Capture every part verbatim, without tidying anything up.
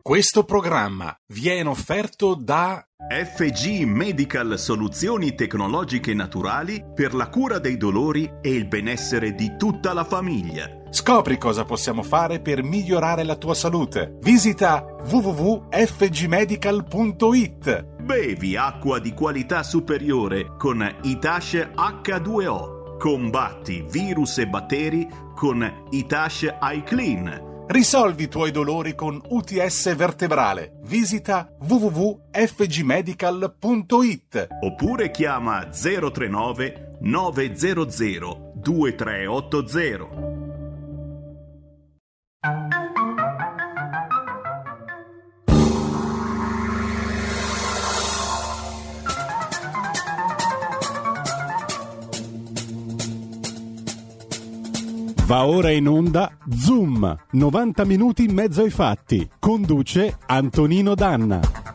Questo programma viene offerto da F G Medical Soluzioni tecnologiche naturali per la cura dei dolori e il benessere di tutta la famiglia. Scopri cosa possiamo fare per migliorare la tua salute. Visita w w w punto f g medical punto i t. Bevi acqua di qualità superiore con Itash acca due o. Combatti virus e batteri con Itash iClean. Risolvi i tuoi dolori con U T S vertebrale. Visita w w w punto f g medical punto i t. Oppure chiama zero tre nove nove zero zero due tre otto zero. Va ora in onda Zoom, novanta minuti in mezzo ai fatti. Conduce Antonino Danna.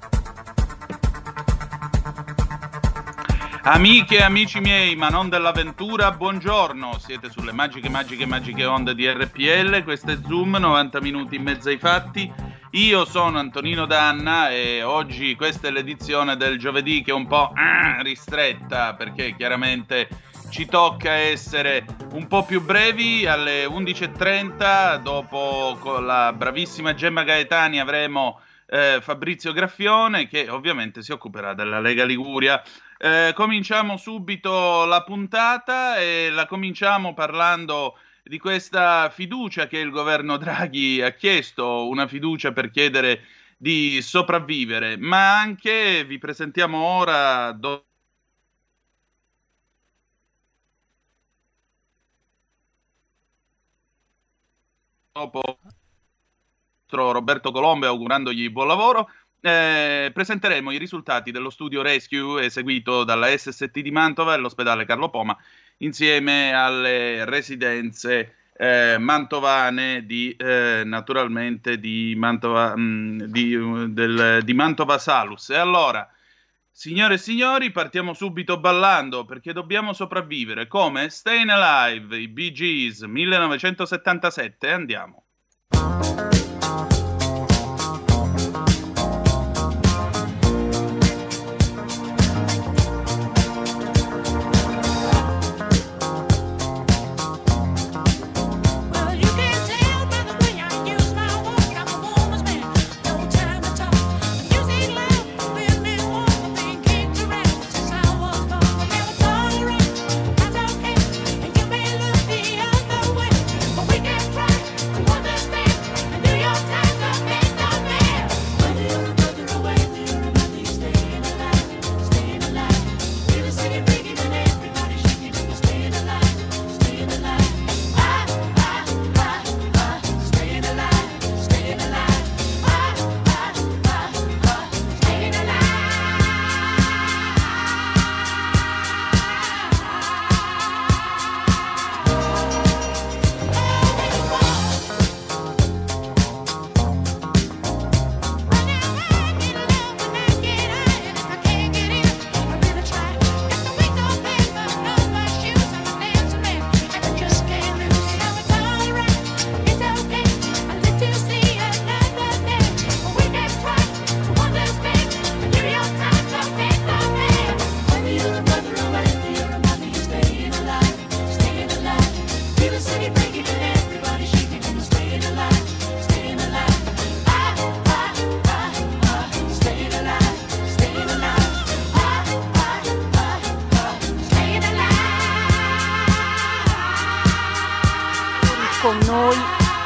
Amiche e amici miei, ma non dell'avventura, buongiorno. Siete sulle magiche, magiche, magiche onde di R P L. Questo è Zoom, novanta minuti in mezzo ai fatti. Io sono Antonino Danna e oggi questa è l'edizione del giovedì che è un po' ah, ristretta, perché chiaramente ci tocca essere un po' più brevi. Alle undici e trenta, dopo con la bravissima Gemma Gaetani, avremo eh, Fabrizio Graffione, che ovviamente si occuperà della Lega Liguria. Eh, cominciamo subito la puntata e la cominciamo parlando di questa fiducia che il governo Draghi ha chiesto, una fiducia per chiedere di sopravvivere, ma anche vi presentiamo ora do- dopo Roberto Colombo, augurandogli buon lavoro, eh, presenteremo i risultati dello studio Rescue eseguito dalla S S T di Mantova e all'ospedale Carlo Poma insieme alle residenze eh, mantovane di eh, naturalmente di Mantova mh, di, del, di Mantova Salus. E allora, signore e signori, partiamo subito ballando perché dobbiamo sopravvivere come Stayin' Alive, i Bee Gees, millenovecentosettantasette. Andiamo. Con noi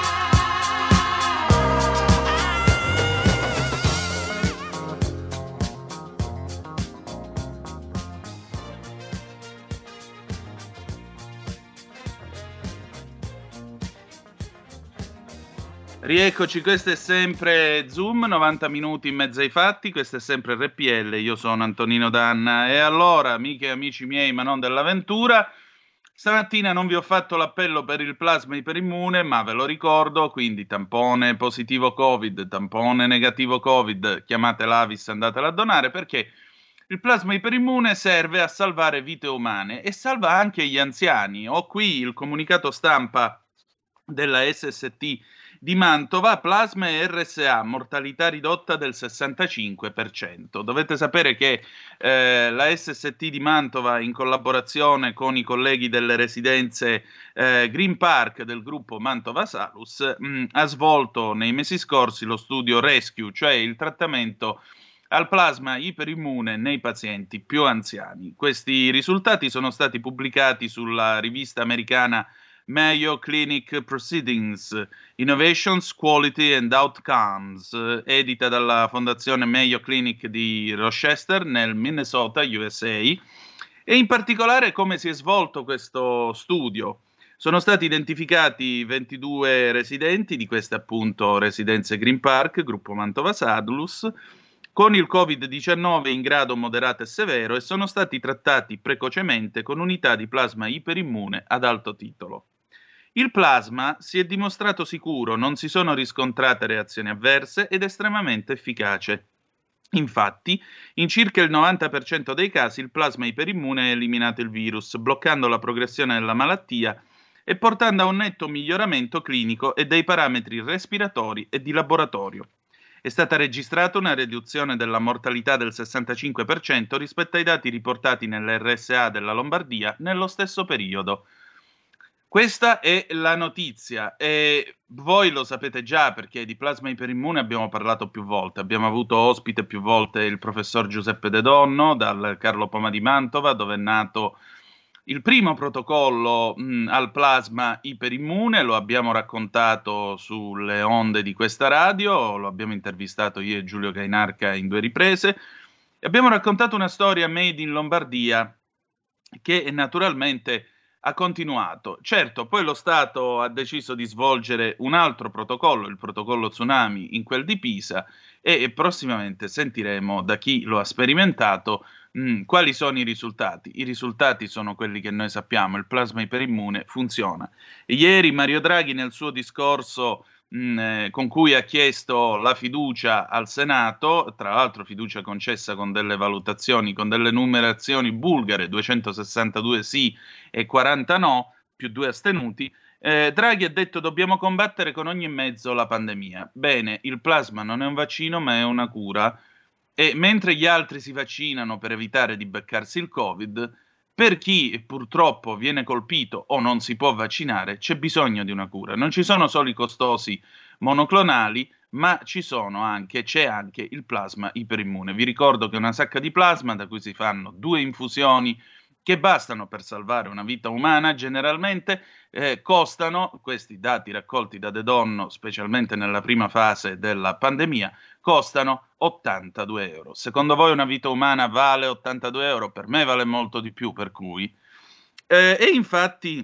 Rieccoci, questo è sempre Zoom, novanta minuti in mezzo ai fatti, questo è sempre R P L, io sono Antonino Danna. E allora, amiche e amici miei, ma non dell'avventura, stamattina non vi ho fatto l'appello per il plasma iperimmune, ma ve lo ricordo, quindi tampone positivo Covid, tampone negativo Covid, chiamate l'Avis, andatela a donare, perché il plasma iperimmune serve a salvare vite umane e salva anche gli anziani. Ho qui il comunicato stampa della S S T di Mantova, plasma e R S A, mortalità ridotta del sessantacinque per cento. Dovete sapere che eh, la S S T di Mantova, in collaborazione con i colleghi delle residenze eh, Green Park del gruppo Mantova Salus, mh, ha svolto nei mesi scorsi lo studio Rescue, cioè il trattamento al plasma iperimmune nei pazienti più anziani. Questi risultati sono stati pubblicati sulla rivista americana Mayo Clinic Proceedings, Innovations, Quality and Outcomes, edita dalla Fondazione Mayo Clinic di Rochester nel Minnesota, U S A, e in particolare come si è svolto questo studio. Sono stati identificati ventidue residenti di queste appunto residenze Green Park, gruppo Mantova Salus, con il covid diciannove in grado moderato e severo, e sono stati trattati precocemente con unità di plasma iperimmune ad alto titolo. Il plasma si è dimostrato sicuro, non si sono riscontrate reazioni avverse ed estremamente efficace. Infatti, in circa il novanta per cento dei casi il plasma iperimmune ha eliminato il virus, bloccando la progressione della malattia e portando a un netto miglioramento clinico e dei parametri respiratori e di laboratorio. È stata registrata una riduzione della mortalità del sessantacinque per cento rispetto ai dati riportati nell'R S A della Lombardia nello stesso periodo. Questa è la notizia e voi lo sapete già, perché di plasma iperimmune abbiamo parlato più volte. Abbiamo avuto ospite più volte il professor Giuseppe De Donno dal Carlo Poma di Mantova, dove è nato il primo protocollo mh, al plasma iperimmune. Lo abbiamo raccontato sulle onde di questa radio, lo abbiamo intervistato io e Giulio Cainarca in due riprese, e abbiamo raccontato una storia made in Lombardia che naturalmente ha continuato. Certo, poi lo Stato ha deciso di svolgere un altro protocollo, il protocollo Tsunami, in quel di Pisa, e, e prossimamente sentiremo da chi lo ha sperimentato mh, quali sono i risultati. I risultati sono quelli che noi sappiamo: il plasma iperimmune funziona. E ieri Mario Draghi, nel suo discorso mh, eh, con cui ha chiesto la fiducia al Senato, tra l'altro fiducia concessa con delle valutazioni, con delle numerazioni bulgare, duecentosessantadue sì e quaranta no, più due astenuti, eh, Draghi ha detto: dobbiamo combattere con ogni mezzo la pandemia. Bene, il plasma non è un vaccino ma è una cura, e mentre gli altri si vaccinano per evitare di beccarsi il Covid, per chi purtroppo viene colpito o non si può vaccinare c'è bisogno di una cura. Non ci sono solo i costosi monoclonali, ma ci sono anche, c'è anche il plasma iperimmune. Vi ricordo che una sacca di plasma, da cui si fanno due infusioni che bastano per salvare una vita umana, generalmente eh, costano, questi dati raccolti da De Donno, specialmente nella prima fase della pandemia, costano ottantadue euro. Secondo voi una vita umana vale ottantadue euro? Per me vale molto di più, per cui. Eh, e infatti,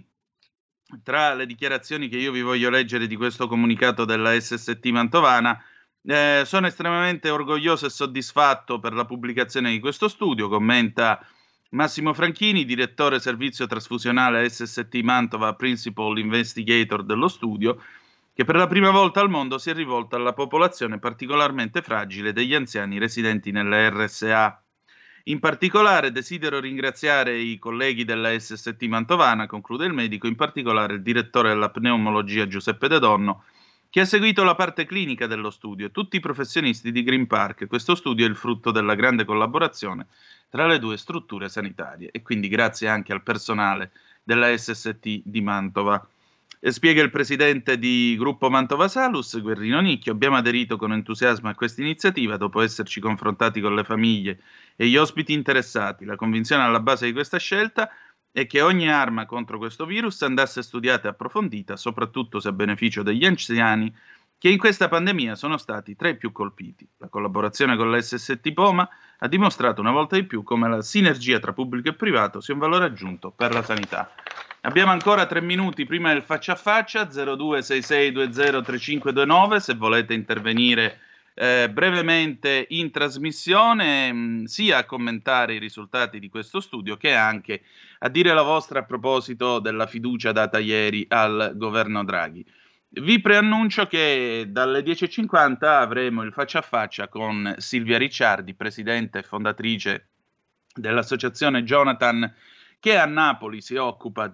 tra le dichiarazioni che io vi voglio leggere di questo comunicato della S S T mantovana, eh, sono estremamente orgoglioso e soddisfatto per la pubblicazione di questo studio, commenta Massimo Franchini, direttore servizio trasfusionale S S T Mantova, principal investigator dello studio, che per la prima volta al mondo si è rivolto alla popolazione particolarmente fragile degli anziani residenti nelle R S A. In particolare desidero ringraziare i colleghi della S S T mantovana, conclude il medico, in particolare il direttore della pneumologia Giuseppe De Donno, che ha seguito la parte clinica dello studio, e tutti i professionisti di Green Park. Questo studio è il frutto della grande collaborazione tra le due strutture sanitarie, e quindi grazie anche al personale della S S T di Mantova. E spiega il presidente di Gruppo Mantova Salus, Guerrino Nicchio: abbiamo aderito con entusiasmo a questa iniziativa dopo esserci confrontati con le famiglie e gli ospiti interessati. La convinzione alla base di questa scelta è che ogni arma contro questo virus andasse studiata e approfondita, soprattutto se a beneficio degli anziani, che in questa pandemia sono stati tra i più colpiti. La collaborazione con la S S T Poma ha dimostrato una volta di più come la sinergia tra pubblico e privato sia un valore aggiunto per la sanità. Abbiamo ancora tre minuti prima del faccia a faccia. Zero due sei sei due zero tre cinque due nove se volete intervenire eh, brevemente in trasmissione, mh, sia a commentare i risultati di questo studio che anche a dire la vostra a proposito della fiducia data ieri al governo Draghi. Vi preannuncio che dalle dieci e cinquanta avremo il faccia a faccia con Silvia Ricciardi, presidente e fondatrice dell'associazione Jonathan, che a Napoli si occupa di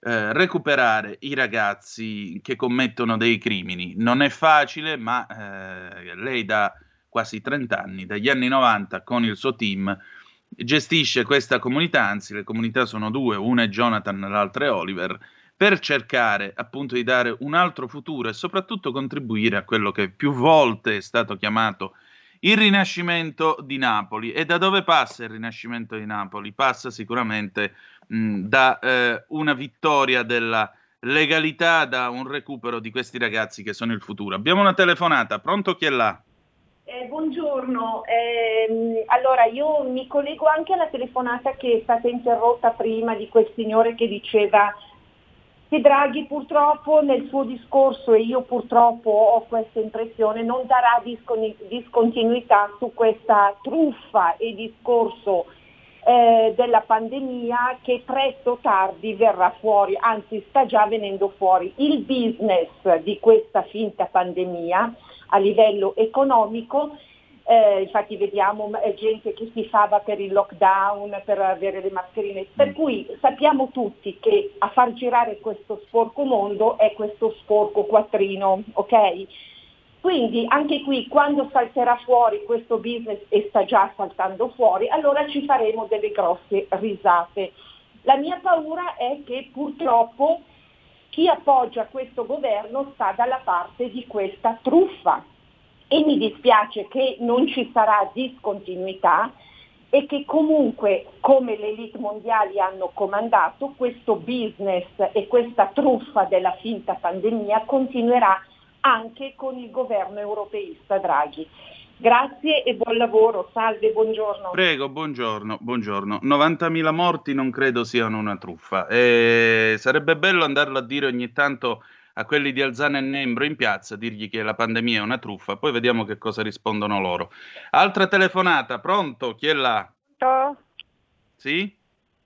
eh, recuperare i ragazzi che commettono dei crimini. Non è facile, ma eh, lei da quasi trenta anni, dagli anni novanta, con il suo team, gestisce questa comunità, anzi le comunità sono due, una è Jonathan, l'altra è Oliver, per cercare appunto di dare un altro futuro e soprattutto contribuire a quello che più volte è stato chiamato il Rinascimento di Napoli. E da dove passa il Rinascimento di Napoli? Passa sicuramente mh, da eh, una vittoria della legalità, da un recupero di questi ragazzi che sono il futuro. Abbiamo una telefonata, pronto, chi è là? Eh, buongiorno, eh, allora io mi collego anche alla telefonata che è stata interrotta prima di quel signore che diceva che Draghi purtroppo nel suo discorso, e io purtroppo ho questa impressione, non darà discon- discontinuità su questa truffa e discorso eh, della pandemia che presto o tardi verrà fuori, anzi sta già venendo fuori. Il business di questa finta pandemia a livello economico, eh, infatti vediamo gente che si fava per il lockdown, per avere le mascherine, per cui sappiamo tutti che a far girare questo sporco mondo è questo sporco quattrino, ok? Quindi anche qui quando salterà fuori questo business, e sta già saltando fuori, allora ci faremo delle grosse risate. La mia paura è che purtroppo chi appoggia questo governo sta dalla parte di questa truffa e mi dispiace che non ci sarà discontinuità e che comunque, come le elite mondiali hanno comandato, questo business e questa truffa della finta pandemia continuerà anche con il governo europeista Draghi. Grazie e buon lavoro, salve, buongiorno. Prego, buongiorno, buongiorno. novantamila morti non credo siano una truffa. E sarebbe bello andarlo a dire ogni tanto a quelli di Alzana e Nembro in piazza, dirgli che la pandemia è una truffa, poi vediamo che cosa rispondono loro. Altra telefonata, pronto? Chi è là? Pronto? Sì?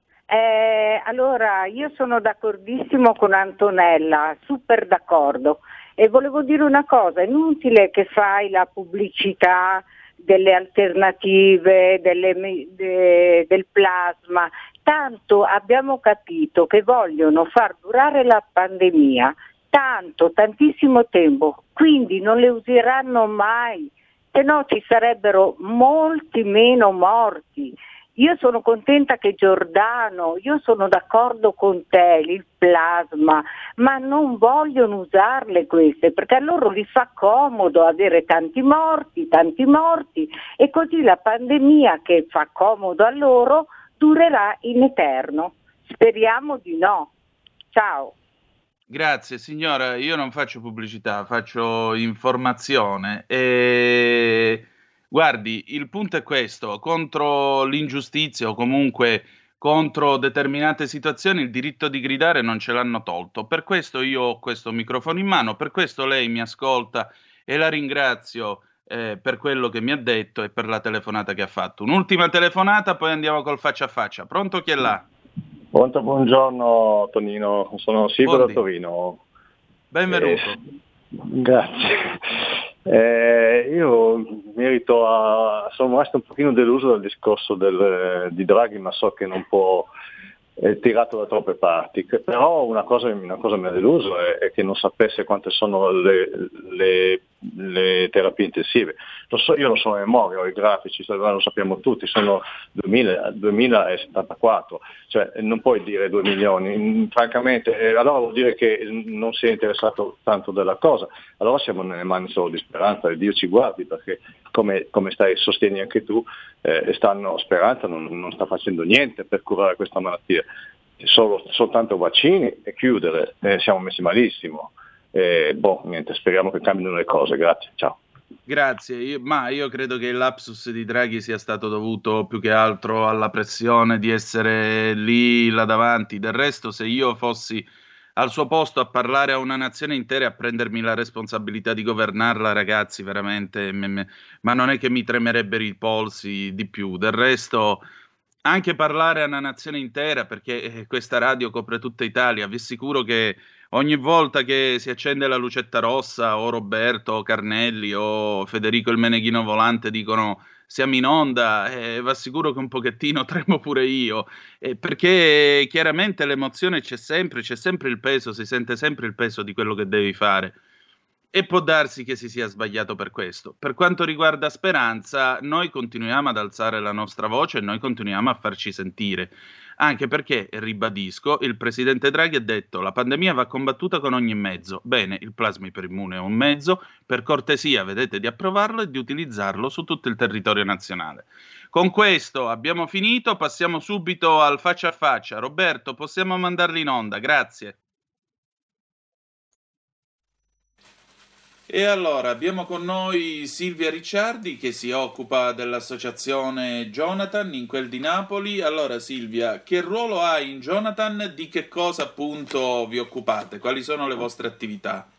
Eh, allora, io sono d'accordissimo con Antonella, super d'accordo. E volevo dire una cosa, è inutile che fai la pubblicità delle alternative, delle, de, del plasma, tanto abbiamo capito che vogliono far durare la pandemia tanto, tantissimo tempo, quindi non le useranno mai, se no ci sarebbero molti meno morti. Io sono contenta che Giordano, io sono d'accordo con te, il plasma, ma non vogliono usarle queste, perché a loro gli fa comodo avere tanti morti, tanti morti, e così la pandemia che fa comodo a loro durerà in eterno. Speriamo di no. Ciao. Grazie signora, io non faccio pubblicità, faccio informazione e... Guardi, il punto è questo: contro l'ingiustizia o comunque contro determinate situazioni il diritto di gridare non ce l'hanno tolto. Per questo io ho questo microfono in mano, per questo lei mi ascolta e la ringrazio eh, per quello che mi ha detto e per la telefonata che ha fatto. Un'ultima telefonata, poi andiamo col faccia a faccia. Pronto, chi è là? Pronto, buongiorno Tonino, sono Silvio da Torino. Benvenuto. Eh, grazie. Eh, io merito a, sono rimasto un pochino deluso dal discorso del, di Draghi, ma so che non può, è tirato da troppe parti. Però una cosa, una cosa mi ha deluso è, è che non sapesse quante sono le, le, le terapie intensive. Lo so, io lo so a memoria, ho i grafici, lo sappiamo tutti, sono duemila, duemilasettantaquattro, cioè non puoi dire due milioni, francamente, eh, allora vuol dire che non si è interessato tanto della cosa, allora siamo nelle mani solo di Speranza e Dio ci guardi, perché come, come stai sostieni anche tu, eh, stanno, Speranza non, non sta facendo niente per curare questa malattia, solo, soltanto vaccini e chiudere, eh, siamo messi malissimo. Eh, boh, niente, speriamo che cambino le cose, grazie, ciao. Grazie, io, ma io credo che il lapsus di Draghi sia stato dovuto più che altro alla pressione di essere lì, là davanti. Del resto, se io fossi al suo posto a parlare a una nazione intera e a prendermi la responsabilità di governarla, ragazzi, veramente, me, me, ma non è che mi tremerebbero i polsi di più. Del resto, anche parlare a una nazione intera, perché questa radio copre tutta Italia, vi assicuro che ogni volta che si accende la lucetta rossa o Roberto o Carnelli o Federico il Meneghino Volante dicono siamo in onda, e vi assicuro che un pochettino tremo pure io, eh, perché chiaramente l'emozione c'è sempre, c'è sempre il peso, si sente sempre il peso di quello che devi fare. E può darsi che si sia sbagliato per questo. Per quanto riguarda Speranza, noi continuiamo ad alzare la nostra voce e noi continuiamo a farci sentire. Anche perché, ribadisco, il presidente Draghi ha detto la pandemia va combattuta con ogni mezzo. Bene, il plasma iperimmune è un mezzo, per cortesia vedete di approvarlo e di utilizzarlo su tutto il territorio nazionale. Con questo abbiamo finito, passiamo subito al faccia a faccia. Roberto, possiamo mandarli in onda, grazie. E allora abbiamo con noi Silvia Ricciardi che si occupa dell'associazione Jonathan in quel di Napoli. Allora Silvia, che ruolo hai in Jonathan? Di che cosa appunto vi occupate? Quali sono le vostre attività?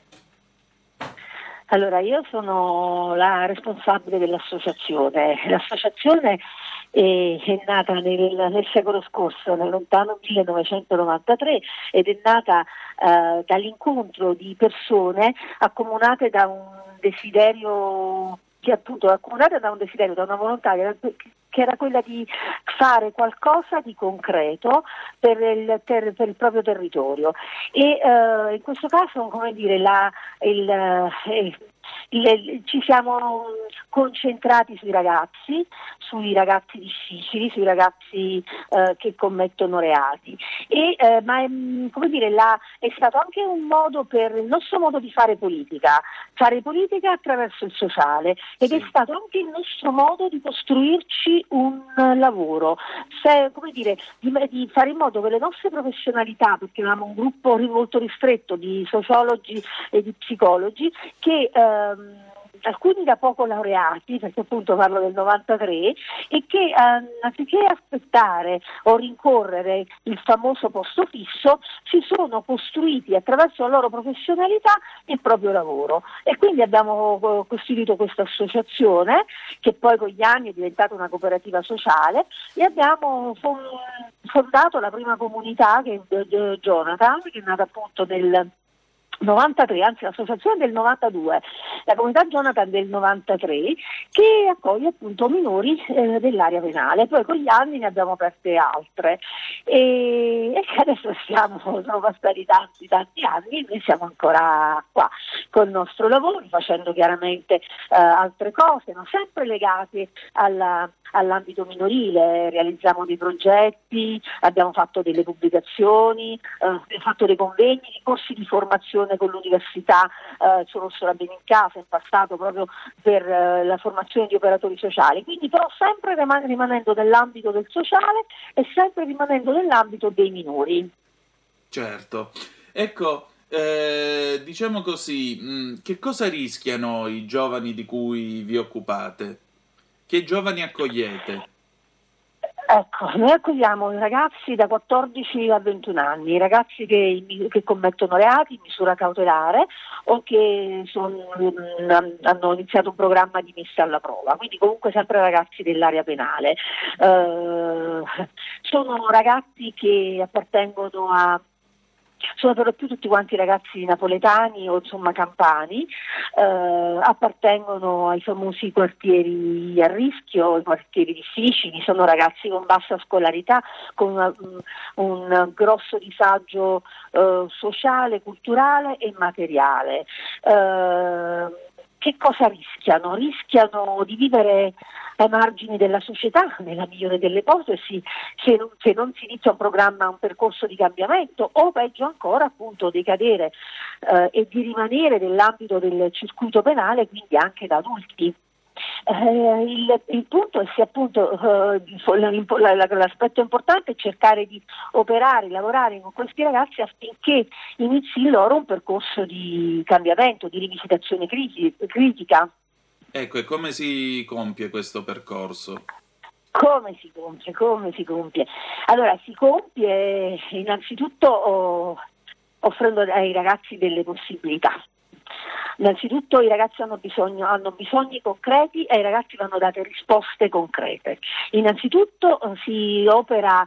Allora, io sono la responsabile dell'associazione. L'associazione è, è nata nel, nel secolo scorso, nel lontano millenovecentonovantatré, ed è nata eh, dall'incontro di persone accomunate da un desiderio, che appunto accomunate da un desiderio, da una volontà che era, che era quella di fare qualcosa di concreto per il, ter, per il proprio territorio. E eh, in questo caso, come dire, la, il, eh, il, ci siamo concentrati sui ragazzi, sui ragazzi difficili, sui ragazzi eh, che commettono reati. E, eh, ma è, come dire, la, è stato anche un modo per il nostro modo di fare politica, fare politica attraverso il sociale, ed sì. È stato anche il nostro modo di costruirci un lavoro, se, come dire, di, di fare in modo che le nostre professionalità, perché avevamo un gruppo molto ristretto di sociologi e di psicologi che ehm, alcuni da poco laureati, perché appunto parlo del novantatré, e che eh, anziché aspettare o rincorrere il famoso posto fisso, si sono costruiti attraverso la loro professionalità il proprio lavoro. E quindi abbiamo costituito questa associazione, che poi con gli anni è diventata una cooperativa sociale, e abbiamo fondato la prima comunità, che è Jonathan, che è nata appunto nel novantatré, anzi l'associazione del novantadue, la comunità Jonathan del novantatré, che accoglie appunto minori eh, dell'area penale. Poi con gli anni ne abbiamo aperte altre e, e adesso siamo, sono passati tanti tanti anni e noi siamo ancora qua col nostro lavoro, facendo chiaramente eh, altre cose, ma sempre legate alla, all'ambito minorile. Realizziamo dei progetti, abbiamo fatto delle pubblicazioni, eh, abbiamo fatto dei convegni, dei corsi di formazione con l'università, eh, sono stata bene in casa in passato proprio per eh, la formazione di operatori sociali, quindi però sempre rim- rimanendo nell'ambito del sociale e sempre rimanendo nell'ambito dei minori. Certo, ecco, eh, diciamo così, mh, che cosa rischiano i giovani di cui vi occupate? Che giovani accogliete? Ecco, noi accogliamo i ragazzi da quattordici a ventuno anni, i ragazzi che, che commettono reati in misura cautelare o che son, hanno iniziato un programma di messa alla prova, quindi comunque sempre ragazzi dell'area penale. Eh, sono ragazzi che appartengono a sono per lo più tutti quanti ragazzi napoletani o insomma campani, eh, appartengono ai famosi quartieri a rischio, i quartieri difficili, sono ragazzi con bassa scolarità, con una, un, un grosso disagio eh, sociale, culturale e materiale. Eh, che cosa rischiano? Rischiano di vivere ai margini della società, nella migliore delle ipotesi, se non, se non si inizia un programma, un percorso di cambiamento, o peggio ancora appunto decadere eh, e di rimanere nell'ambito del circuito penale, quindi anche da adulti. Eh, il, il punto è se appunto eh, l'aspetto importante è cercare di operare, lavorare con questi ragazzi affinché inizi in loro un percorso di cambiamento, di rivisitazione criti- critica. Ecco, e come si compie questo percorso? Come si compie? Come si compie? Allora, si compie innanzitutto oh, offrendo ai ragazzi delle possibilità. Innanzitutto i ragazzi hanno bisogno, hanno bisogni concreti e ai ragazzi vanno date risposte concrete. Innanzitutto eh, si opera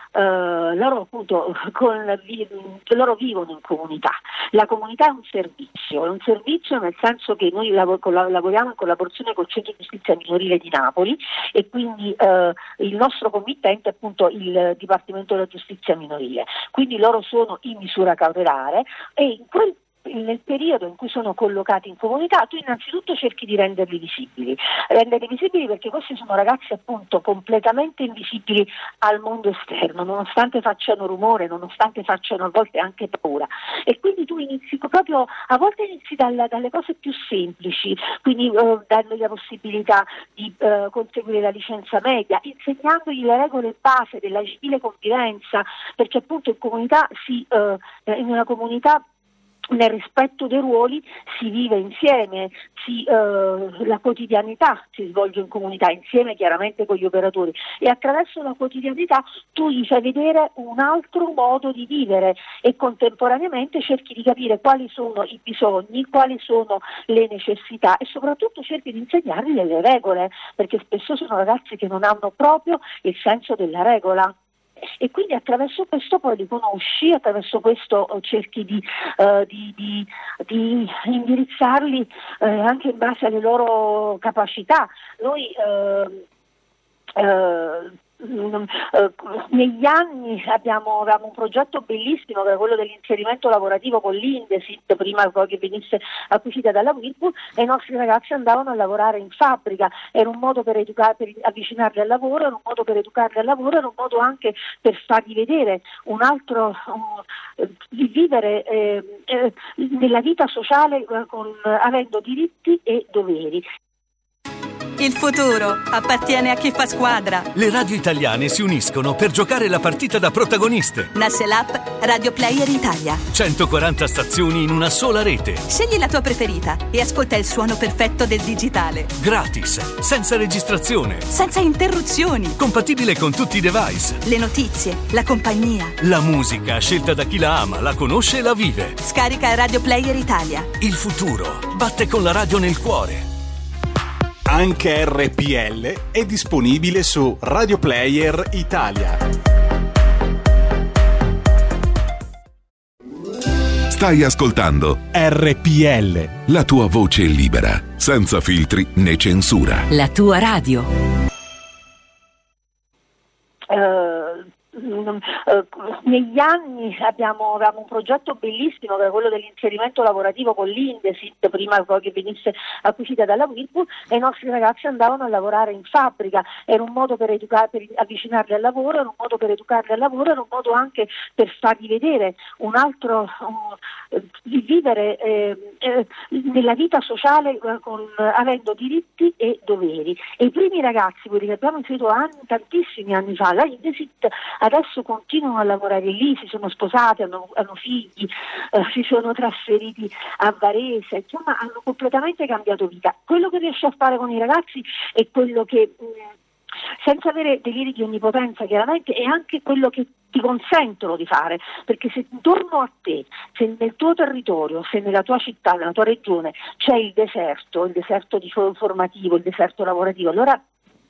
Uh, loro appunto con, loro vivono in comunità. La comunità è un servizio, è un servizio nel senso che noi lav- lavoriamo in collaborazione col Centro di Giustizia Minorile di Napoli e quindi uh, il nostro committente è appunto il Dipartimento della Giustizia Minorile, quindi loro sono in misura cautelare e in quel nel periodo in cui sono collocati in comunità tu innanzitutto cerchi di renderli visibili, renderli visibili perché questi sono ragazzi appunto completamente invisibili al mondo esterno, nonostante facciano rumore, nonostante facciano a volte anche paura, e quindi tu inizi proprio, a volte inizi dalla, dalle cose più semplici, quindi uh, dandogli la possibilità di uh, conseguire la licenza media, insegnandogli le regole base della civile convivenza, perché appunto in comunità si, uh, in una comunità nel rispetto dei ruoli si vive insieme, si, eh, la quotidianità si svolge in comunità, insieme chiaramente con gli operatori, e attraverso la quotidianità tu gli fai vedere un altro modo di vivere e contemporaneamente cerchi di capire quali sono i bisogni, quali sono le necessità e soprattutto cerchi di insegnargli le regole, perché spesso sono ragazzi che non hanno proprio il senso della regola. E quindi attraverso questo poi li conosci, attraverso questo cerchi di, uh, di, di, di indirizzarli uh, anche in base alle loro capacità. Noi uh, uh, Uh, negli anni abbiamo, avevamo un progetto bellissimo che era quello dell'inserimento lavorativo con l'Indesit, prima che venisse acquisita dalla Whirlpool, e i nostri ragazzi andavano a lavorare in fabbrica. Era un modo per, educar, per avvicinarli al lavoro, era un modo per educarli al lavoro, era un modo anche per fargli vedere un altro um, di vivere eh, eh, nella vita sociale eh, con, avendo diritti e doveri. Il futuro appartiene a chi fa squadra. Le radio italiane si uniscono per giocare la partita da protagoniste. Nasce l'app Radio Player Italia. centoquaranta stazioni in una sola rete. Scegli la tua preferita e ascolta il suono perfetto del digitale. Gratis, senza registrazione. Senza interruzioni. Compatibile con tutti i device. Le notizie, la compagnia. La musica scelta da chi la ama, la conosce e la vive. Scarica Radio Player Italia. Il futuro batte con la radio nel cuore. Anche R P L è disponibile su Radio Player Italia. Stai ascoltando R P L, la tua voce libera, senza filtri né censura. La tua radio. Uh... Uh, negli anni abbiamo, avevamo un progetto bellissimo che era quello dell'inserimento lavorativo con l'Indesit, prima che venisse acquisita dalla Whirlpool, e i nostri ragazzi andavano a lavorare in fabbrica. Era un modo per, educar, per avvicinarli al lavoro, era un modo per educarli al lavoro, era un modo anche per fargli vedere un altro um, di vivere eh, eh, nella vita sociale eh, con, avendo diritti e doveri. E i primi ragazzi, quelli che abbiamo inserito anni, tantissimi anni fa, la Indesit adesso continuano a lavorare lì, si sono sposati, hanno, hanno figli, eh, si sono trasferiti a Varese, insomma hanno completamente cambiato vita. Quello che riesci a fare con i ragazzi è quello che, mh, senza avere deliri di onnipotenza chiaramente, è anche quello che ti consentono di fare, perché se intorno a te, se nel tuo territorio, se nella tua città, nella tua regione c'è il deserto, il deserto di formativo, il deserto lavorativo, allora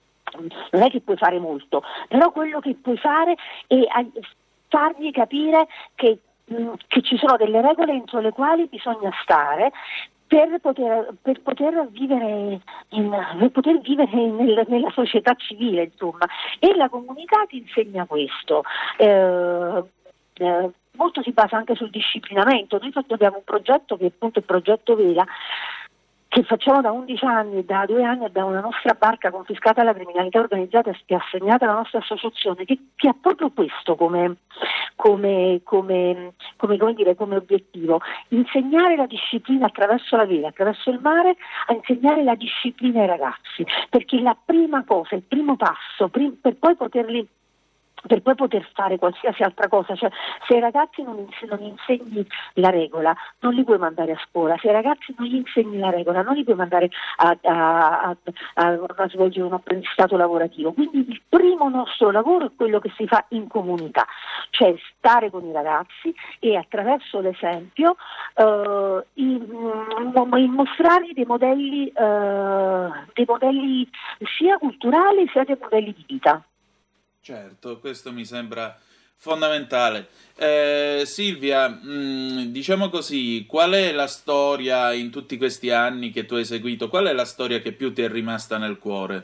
non è che puoi fare molto, però quello che puoi fare è fargli capire che, che ci sono delle regole entro le quali bisogna stare per poter, per poter vivere, in, per poter vivere nel, nella società civile, insomma, e la comunità ti insegna questo. Eh, eh, molto si basa anche sul disciplinamento. Noi abbiamo un progetto che è appunto il progetto Vela, che facciamo da undici anni, da due anni abbiamo una nostra barca confiscata alla criminalità organizzata e assegnata alla nostra associazione, che, che ha proprio questo come, come, come, come, come, dire, come obiettivo: insegnare la disciplina attraverso la vela, attraverso il mare, a insegnare la disciplina ai ragazzi, perché la prima cosa, il primo passo, prim- per poi poterli per poi poter fare qualsiasi altra cosa, cioè se ai ragazzi non, ins- non insegni la regola non li puoi mandare a scuola, se ai ragazzi non gli insegni la regola non li puoi mandare a, a, a, a, a svolgere un apprendistato lavorativo. Quindi il primo nostro lavoro è quello che si fa in comunità, cioè stare con i ragazzi e attraverso l'esempio eh, in, in mostrargli dei modelli, eh, dei modelli sia culturali sia dei modelli di vita. Certo, questo mi sembra fondamentale. Eh, Silvia, mh, diciamo così, qual è la storia in tutti questi anni che tu hai seguito? Qual è la storia che più ti è rimasta nel cuore?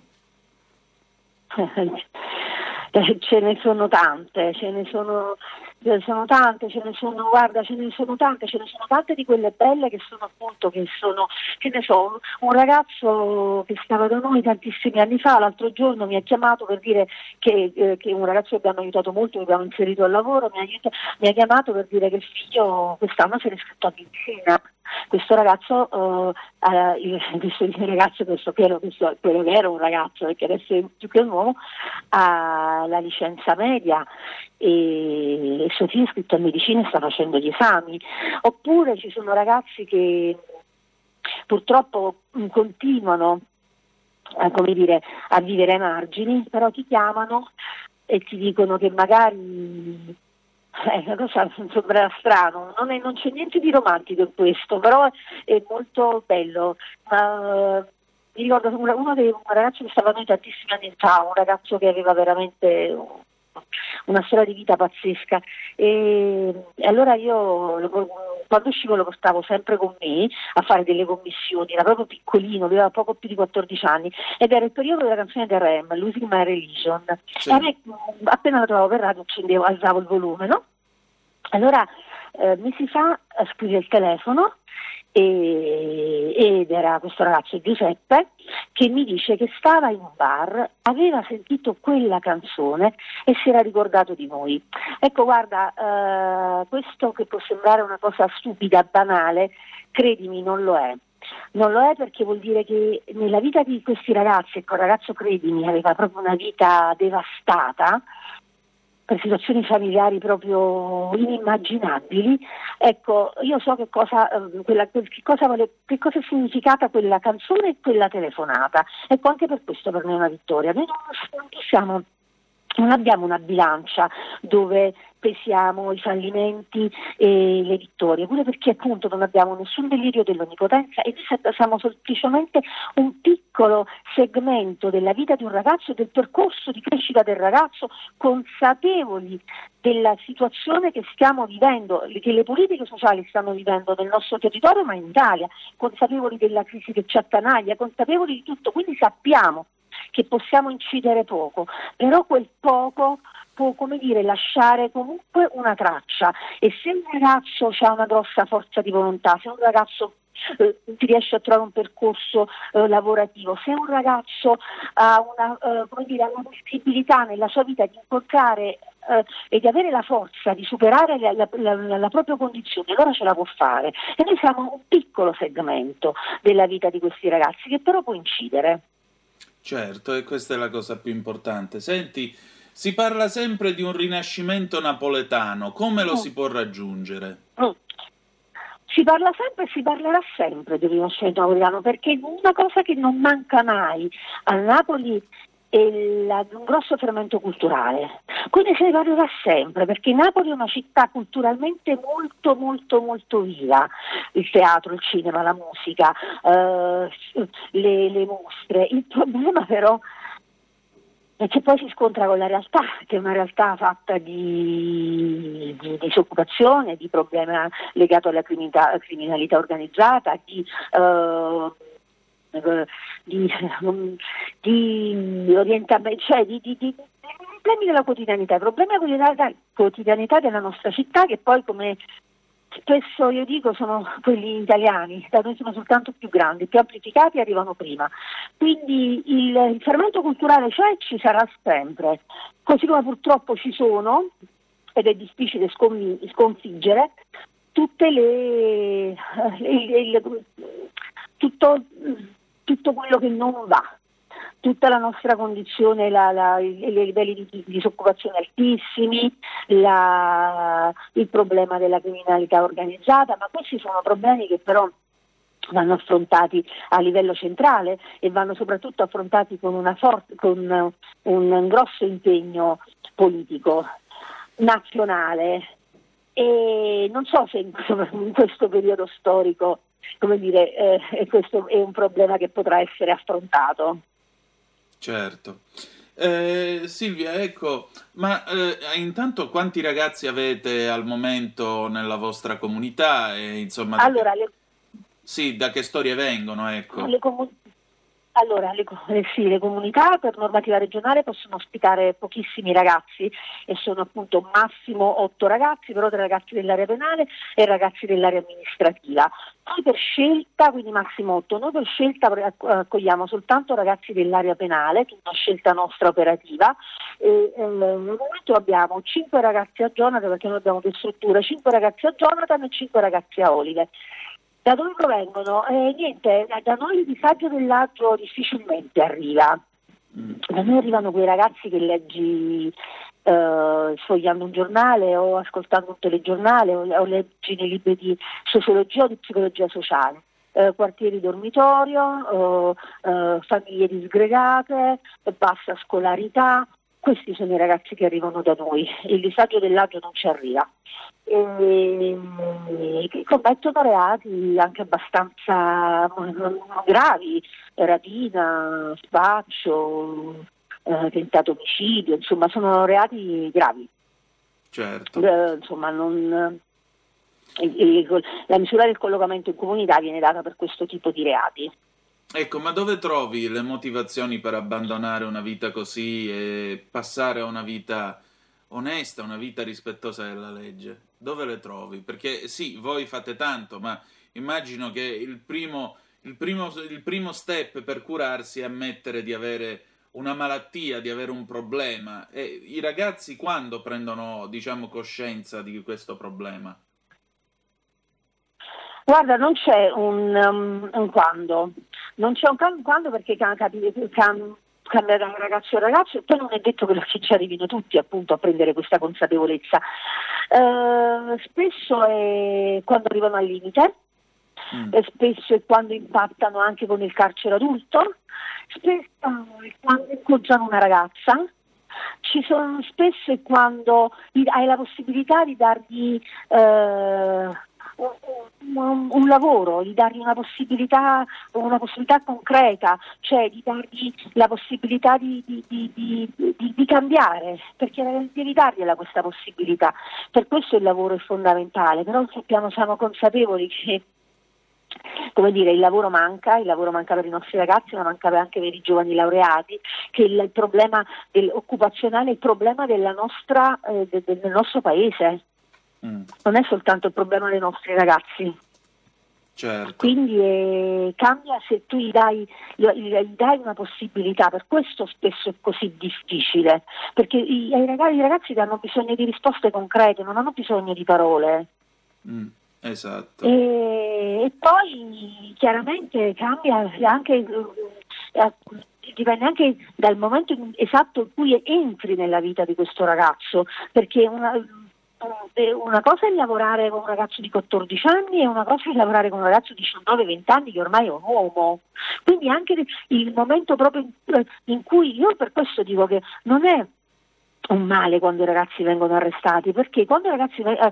Ce ne sono tante, ce ne sono, ce ne sono tante, ce ne sono, guarda, ce ne sono tante, ce ne sono tante di quelle belle che sono appunto, che sono, che ne so, un ragazzo che stava da noi tantissimi anni fa, l'altro giorno mi ha chiamato per dire che, eh, che un ragazzo che abbiamo aiutato molto, che abbiamo inserito al lavoro, mi ha, aiutato, mi ha chiamato per dire che il figlio quest'anno si è iscritto a medicina. Questo ragazzo, uh, uh, il, questo ragazzo, questo, quello, questo, quello che era un ragazzo, perché adesso è più che un uomo, ha la licenza media e, e suo figlio è iscritto a medicina e sta facendo gli esami. Oppure ci sono ragazzi che purtroppo mh, continuano a, come dire, a vivere ai margini, però ti chiamano e ti dicono che magari... Eh, una cosa sembra strano, non, è, non c'è niente di romantico in questo, però è molto bello. Uh, mi ricordo uno dei un ragazzo che stava a noi tantissimi anni fa, un ragazzo che aveva veramente una storia di vita pazzesca, e, e allora io quando uscivo lo portavo sempre con me a fare delle commissioni, era proprio piccolino, aveva poco più di quattordici anni ed era il periodo della canzone del Rem, Losing My Religion. Sì. E a me appena la trovavo per radio accendevo, alzavo il volume, no? Allora eh, mesi fa scrive il telefono e, ed era questo ragazzo Giuseppe che mi dice che stava in un bar, aveva sentito quella canzone e si era ricordato di noi. Ecco, guarda, eh, questo che può sembrare una cosa stupida, banale, credimi, non lo è. Non lo è, perché vuol dire che nella vita di questi ragazzi, ecco, il ragazzo, credimi, aveva proprio una vita devastata, per situazioni familiari proprio inimmaginabili. Ecco, io so che cosa, eh, quella, che cosa vale, che cosa è significata quella canzone e quella telefonata. Ecco, anche per questo per me è una vittoria. Noi non, non possiamo, non abbiamo una bilancia dove pesiamo i fallimenti e le vittorie, pure perché appunto non abbiamo nessun delirio dell'onnipotenza e noi siamo semplicemente un piccolo segmento della vita di un ragazzo e del percorso di crescita del ragazzo, consapevoli della situazione che stiamo vivendo, che le politiche sociali stanno vivendo nel nostro territorio ma in Italia, consapevoli della crisi che ci attanaglia, consapevoli di tutto, quindi sappiamo che possiamo incidere poco, però quel poco può, come dire, lasciare comunque una traccia, e se un ragazzo ha una grossa forza di volontà, se un ragazzo eh, ti riesce a trovare un percorso eh, lavorativo, se un ragazzo ha una, eh, come dire, una possibilità nella sua vita di incontrare eh, e di avere la forza di superare la, la, la, la propria condizione, allora ce la può fare, e noi siamo un piccolo segmento della vita di questi ragazzi che però può incidere. Certo, e questa è la cosa più importante. Senti, si parla sempre di un rinascimento napoletano, come lo mm. si può raggiungere? Mm. Si parla sempre e si parlerà sempre di rinascimento napoletano, perché una cosa che non manca mai a Napoli è la, un grosso fermento culturale, quindi se ne parlerà sempre, perché Napoli è una città culturalmente molto molto molto viva, il teatro, il cinema, la musica, eh, le, le mostre. Il problema però è che poi si scontra con la realtà, che è una realtà fatta di, di disoccupazione, di problema legato alla criminalità, criminalità organizzata, di eh, Di, di orientamento, cioè di, di, di, di problemi della quotidianità, problemi della quotidianità della nostra città, che poi, come spesso io dico, sono quelli italiani, da noi sono soltanto più grandi, più amplificati, arrivano prima. Quindi il, il fermento culturale c'è, ci sarà sempre, così come purtroppo ci sono, ed è difficile sconv- sconfiggere, tutte le, le, le, le tutto tutto quello che non va, tutta la nostra condizione, la, la, i, i livelli di, di disoccupazione altissimi, la, il problema della criminalità organizzata, ma questi sono problemi che però vanno affrontati a livello centrale e vanno soprattutto affrontati con, una forte, con un, un grosso impegno politico nazionale, e non so se in, in questo periodo storico, come dire, eh, questo è un problema che potrà essere affrontato. Certo. Eh, Silvia, ecco, ma eh, intanto quanti ragazzi avete al momento nella vostra comunità? E, insomma, da Allora, che... le... sì, da che storie vengono, ecco. Le comun- Allora, le, eh, sì, le comunità per normativa regionale possono ospitare pochissimi ragazzi e sono appunto massimo otto ragazzi, però tre ragazzi dell'area penale e ragazzi dell'area amministrativa. Noi per scelta, quindi massimo otto, noi per scelta accogliamo soltanto ragazzi dell'area penale, che è una scelta nostra operativa, e, eh, nel momento abbiamo cinque ragazzi a Jonathan, perché noi abbiamo due strutture, cinque ragazzi a Jonathan e cinque ragazzi a Olive. Da dove provengono? Eh, niente, da noi il disagio del Laggio difficilmente arriva. Da noi arrivano quei ragazzi che leggi eh, sfogliando un giornale o ascoltando un telegiornale o, o leggi nei libri di sociologia o di psicologia sociale. Eh, quartieri dormitorio, eh, eh, famiglie disgregate, bassa scolarità. Questi sono i ragazzi che arrivano da noi, il disagio del Laggio non ci arriva. E, e commettono reati anche abbastanza gravi, rapina, spaccio, eh, tentato omicidio, insomma sono reati gravi. Certo. Eh, insomma non... La misura del collocamento in comunità viene data per questo tipo di reati. Ecco, ma dove trovi le motivazioni per abbandonare una vita così e passare a una vita onesta, una vita rispettosa della legge? Dove le trovi? Perché sì, voi fate tanto, ma immagino che il primo, il primo, il primo step per curarsi è ammettere di avere una malattia, di avere un problema. E i ragazzi quando prendono, diciamo, coscienza di questo problema? Guarda, non c'è un, um, un quando, non c'è un quando perché can, can, cambia da un ragazzo a un ragazzo e poi non è detto che ci arrivino tutti appunto a prendere questa consapevolezza. Uh, spesso è quando arrivano al limite, mm. e spesso è quando impattano anche con il carcere adulto, spesso è quando incontrano una ragazza. Ci sono spesso è quando hai la possibilità di dargli uh, Un, un, un lavoro, di dargli una possibilità, una possibilità concreta, cioè di dargli la possibilità di, di, di, di, di, di cambiare, perché devi dargliela questa possibilità. Per questo il lavoro è fondamentale, però sappiamo, siamo consapevoli che come dire, il lavoro manca, il lavoro manca per i nostri ragazzi, ma manca anche per i giovani laureati, che il, il problema del, occupazionale è il problema della nostra, eh, de, del nostro paese. Mm. Non è soltanto il problema dei nostri ragazzi. Certo. Quindi eh, cambia se tu gli dai, gli, gli dai una possibilità, per questo spesso è così difficile, perché i, i, ragazzi, i ragazzi hanno bisogno di risposte concrete, non hanno bisogno di parole. Mm, esatto. E, e poi chiaramente cambia anche, eh, dipende anche dal momento esatto in cui entri nella vita di questo ragazzo, perché una Una cosa è lavorare con un ragazzo di quattordici anni e una cosa è lavorare con un ragazzo di diciannove venti anni che ormai è un uomo. Quindi anche il momento proprio in cui, io per questo dico che non è un male quando i ragazzi vengono arrestati, perché quando i ragazzi eh,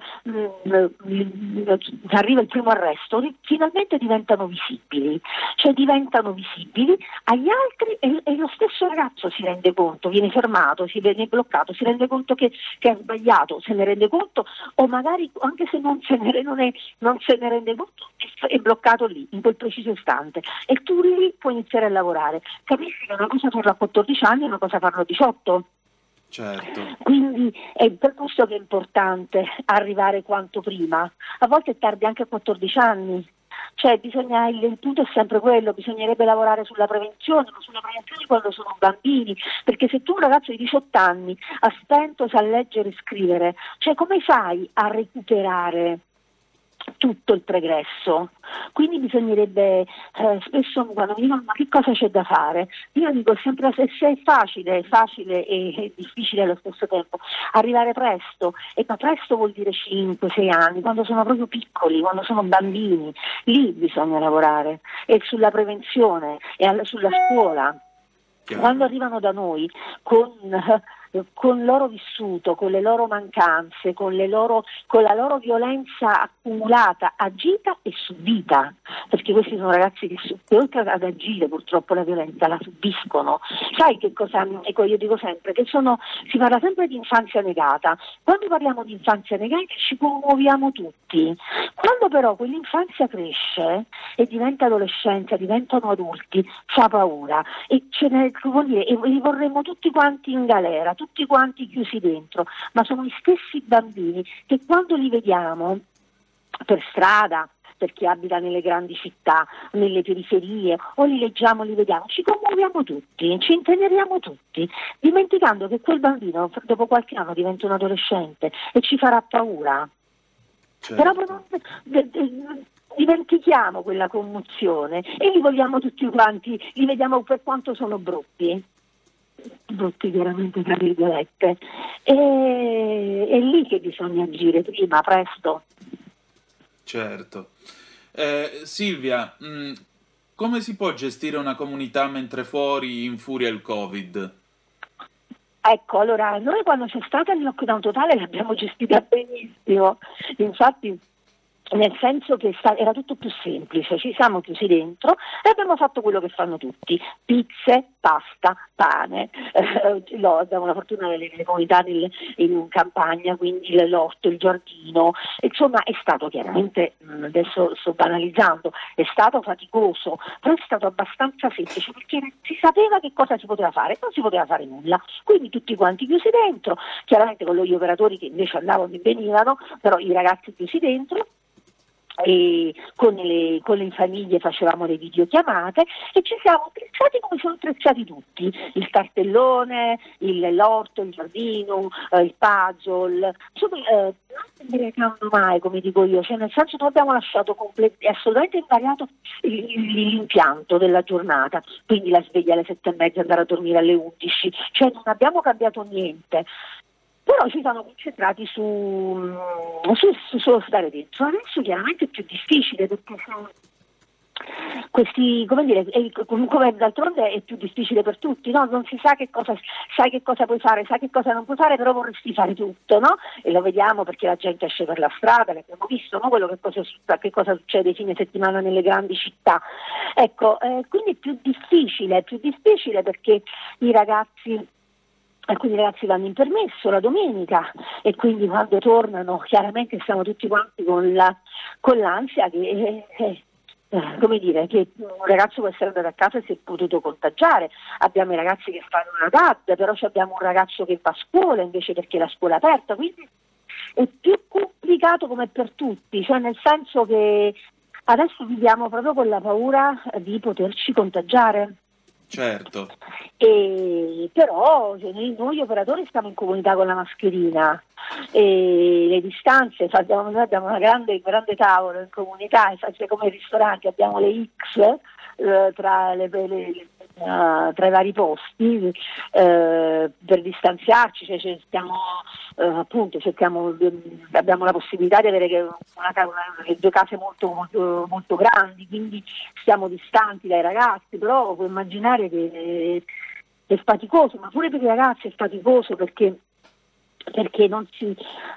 mh, arriva il primo arresto finalmente diventano visibili, cioè diventano visibili agli altri e, e lo stesso ragazzo si rende conto, viene fermato, si viene bloccato, si rende conto che, che ha sbagliato, se ne rende conto o magari anche se non se ne, non è, non se ne rende conto è, è bloccato lì in quel preciso istante e tu lì puoi iniziare a lavorare. Capisci che una cosa farlo a quattordici anni e una cosa farlo a diciotto. Certo. Quindi è per questo che è importante arrivare quanto prima, a volte è tardi anche a quattordici anni, cioè bisogna, il punto è sempre quello, bisognerebbe lavorare sulla prevenzione, ma sulla prevenzione quando sono bambini, perché se tu un ragazzo di diciotto anni ha stento, sa leggere e scrivere, cioè come fai a recuperare tutto il pregresso? Quindi bisognerebbe, eh, spesso quando mi dicono ma che cosa c'è da fare, io dico sempre se, se è facile, è facile e è difficile allo stesso tempo arrivare presto, e ma presto vuol dire cinque sei anni, quando sono proprio piccoli, quando sono bambini, lì bisogna lavorare, e sulla prevenzione e alla, sulla scuola. Quando arrivano da noi con eh, con il loro vissuto, con le loro mancanze, con, le loro, con la loro violenza accumulata, agita e subita, perché questi sono ragazzi che, che oltre ad agire purtroppo la violenza la subiscono. Sai che cosa, ecco, io dico sempre che sono, si parla sempre di infanzia negata. Quando parliamo di infanzia negata ci commuoviamo tutti, quando però quell'infanzia cresce e diventa adolescenza, diventano adulti, fa paura e ce ne, vuol dire, e li vorremmo tutti quanti in galera, tutti quanti chiusi dentro, ma sono gli stessi bambini che quando li vediamo per strada, per chi abita nelle grandi città, nelle periferie, o li leggiamo, li vediamo, ci commuoviamo tutti, ci inteneriamo tutti, dimenticando che quel bambino dopo qualche anno diventa un adolescente e ci farà paura. Certo. Però non, de, de, dimentichiamo quella commozione e li vogliamo tutti quanti, li vediamo per quanto sono brutti. brutti chiaramente tra virgolette. E è lì che bisogna agire prima, presto. Certo. Eh, Silvia, mh, come si può gestire una comunità mentre fuori infuria il Covid? Ecco, allora, noi quando c'è stato il lockdown totale l'abbiamo gestita benissimo, infatti nel senso che sta, era tutto più semplice, ci siamo chiusi dentro e abbiamo fatto quello che fanno tutti, pizze, pasta, pane, eh, no, abbiamo la fortuna delle, delle comunità del, in campagna, quindi l'orto, il giardino, insomma è stato chiaramente, adesso sto banalizzando, è stato faticoso, però è stato abbastanza semplice perché si sapeva che cosa si poteva fare, non si poteva fare nulla, quindi tutti quanti chiusi dentro, chiaramente con gli operatori che invece andavano e venivano, però i ragazzi chiusi dentro, e con le, con le famiglie facevamo le videochiamate e ci siamo attrezzati come sono attrezzati tutti, il cartellone, il, l'orto, il giardino, eh, il puzzle, insomma eh, non sembrecando mai, come dico io, cioè nel senso non abbiamo lasciato complet- assolutamente invariato il, il, l'impianto della giornata, quindi la sveglia alle sette e mezza, andare a dormire alle undici, cioè non abbiamo cambiato niente. Però ci siamo concentrati su, su, su solo stare dentro. Adesso chiaramente è più difficile perché sono questi, come dire, è, come d'altronde è più difficile per tutti, no? Non si sa che cosa, sai che cosa puoi fare, sai che cosa non puoi fare, però vorresti fare tutto, no? E lo vediamo perché la gente esce per la strada, l'abbiamo visto, no? Quello che cosa, che cosa succede fine settimana nelle grandi città. Ecco, eh, quindi è più difficile, è più difficile perché i ragazzi alcuni ragazzi vanno in permesso la domenica e quindi quando tornano chiaramente siamo tutti quanti con, la, con l'ansia che, eh, eh, come dire, che un ragazzo può essere andato a casa e si è potuto contagiare. Abbiamo i ragazzi che fanno una D A D, però abbiamo un ragazzo che va a scuola invece perché la scuola è aperta, quindi è più complicato come per tutti, cioè nel senso che adesso viviamo proprio con la paura di poterci contagiare. Certo. E, però cioè, noi, noi operatori stiamo in comunità con la mascherina e le distanze, abbiamo, noi abbiamo una grande, grande tavola in comunità, cioè, come i ristoranti abbiamo le X eh, tra, le, le, le, uh, tra i vari posti eh, per distanziarci, cioè, cioè, stiamo, eh, appunto cerchiamo, abbiamo la possibilità di avere una, una, due case molto, molto, molto grandi, quindi stiamo distanti dai ragazzi, però puoi immaginare che è faticoso, ma pure per i ragazzi è faticoso perché perché non si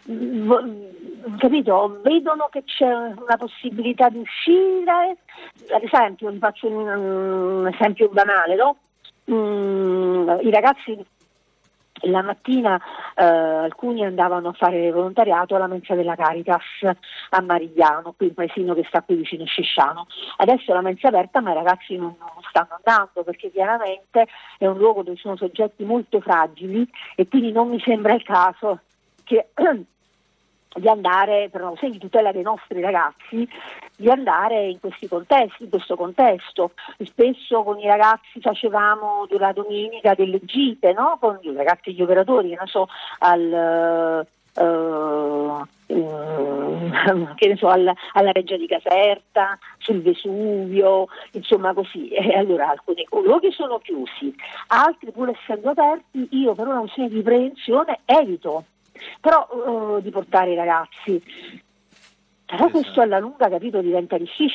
capito, vedono che c'è una possibilità di uscire, ad esempio vi faccio un, un esempio banale, no? Mm, i ragazzi la mattina eh, alcuni andavano a fare volontariato alla mensa della Caritas a Marigliano, qui un paesino che sta qui vicino a Scisciano. Adesso la mensa è aperta ma i ragazzi non, non stanno andando perché chiaramente è un luogo dove sono soggetti molto fragili e quindi non mi sembra il caso che di andare, per una questione di tutela dei nostri ragazzi, di andare in questi contesti, in questo contesto. Spesso con i ragazzi facevamo la domenica delle gite, no? Con i ragazzi e gli operatori, che ne so, al uh, uh, che ne so, al, alla Reggia di Caserta, sul Vesuvio, insomma così. E allora alcuni luoghi sono chiusi, altri pur essendo aperti, io per una questione di prevenzione evito però uh, di portare i ragazzi, però esatto. Questo alla lunga, capito, diventa difficile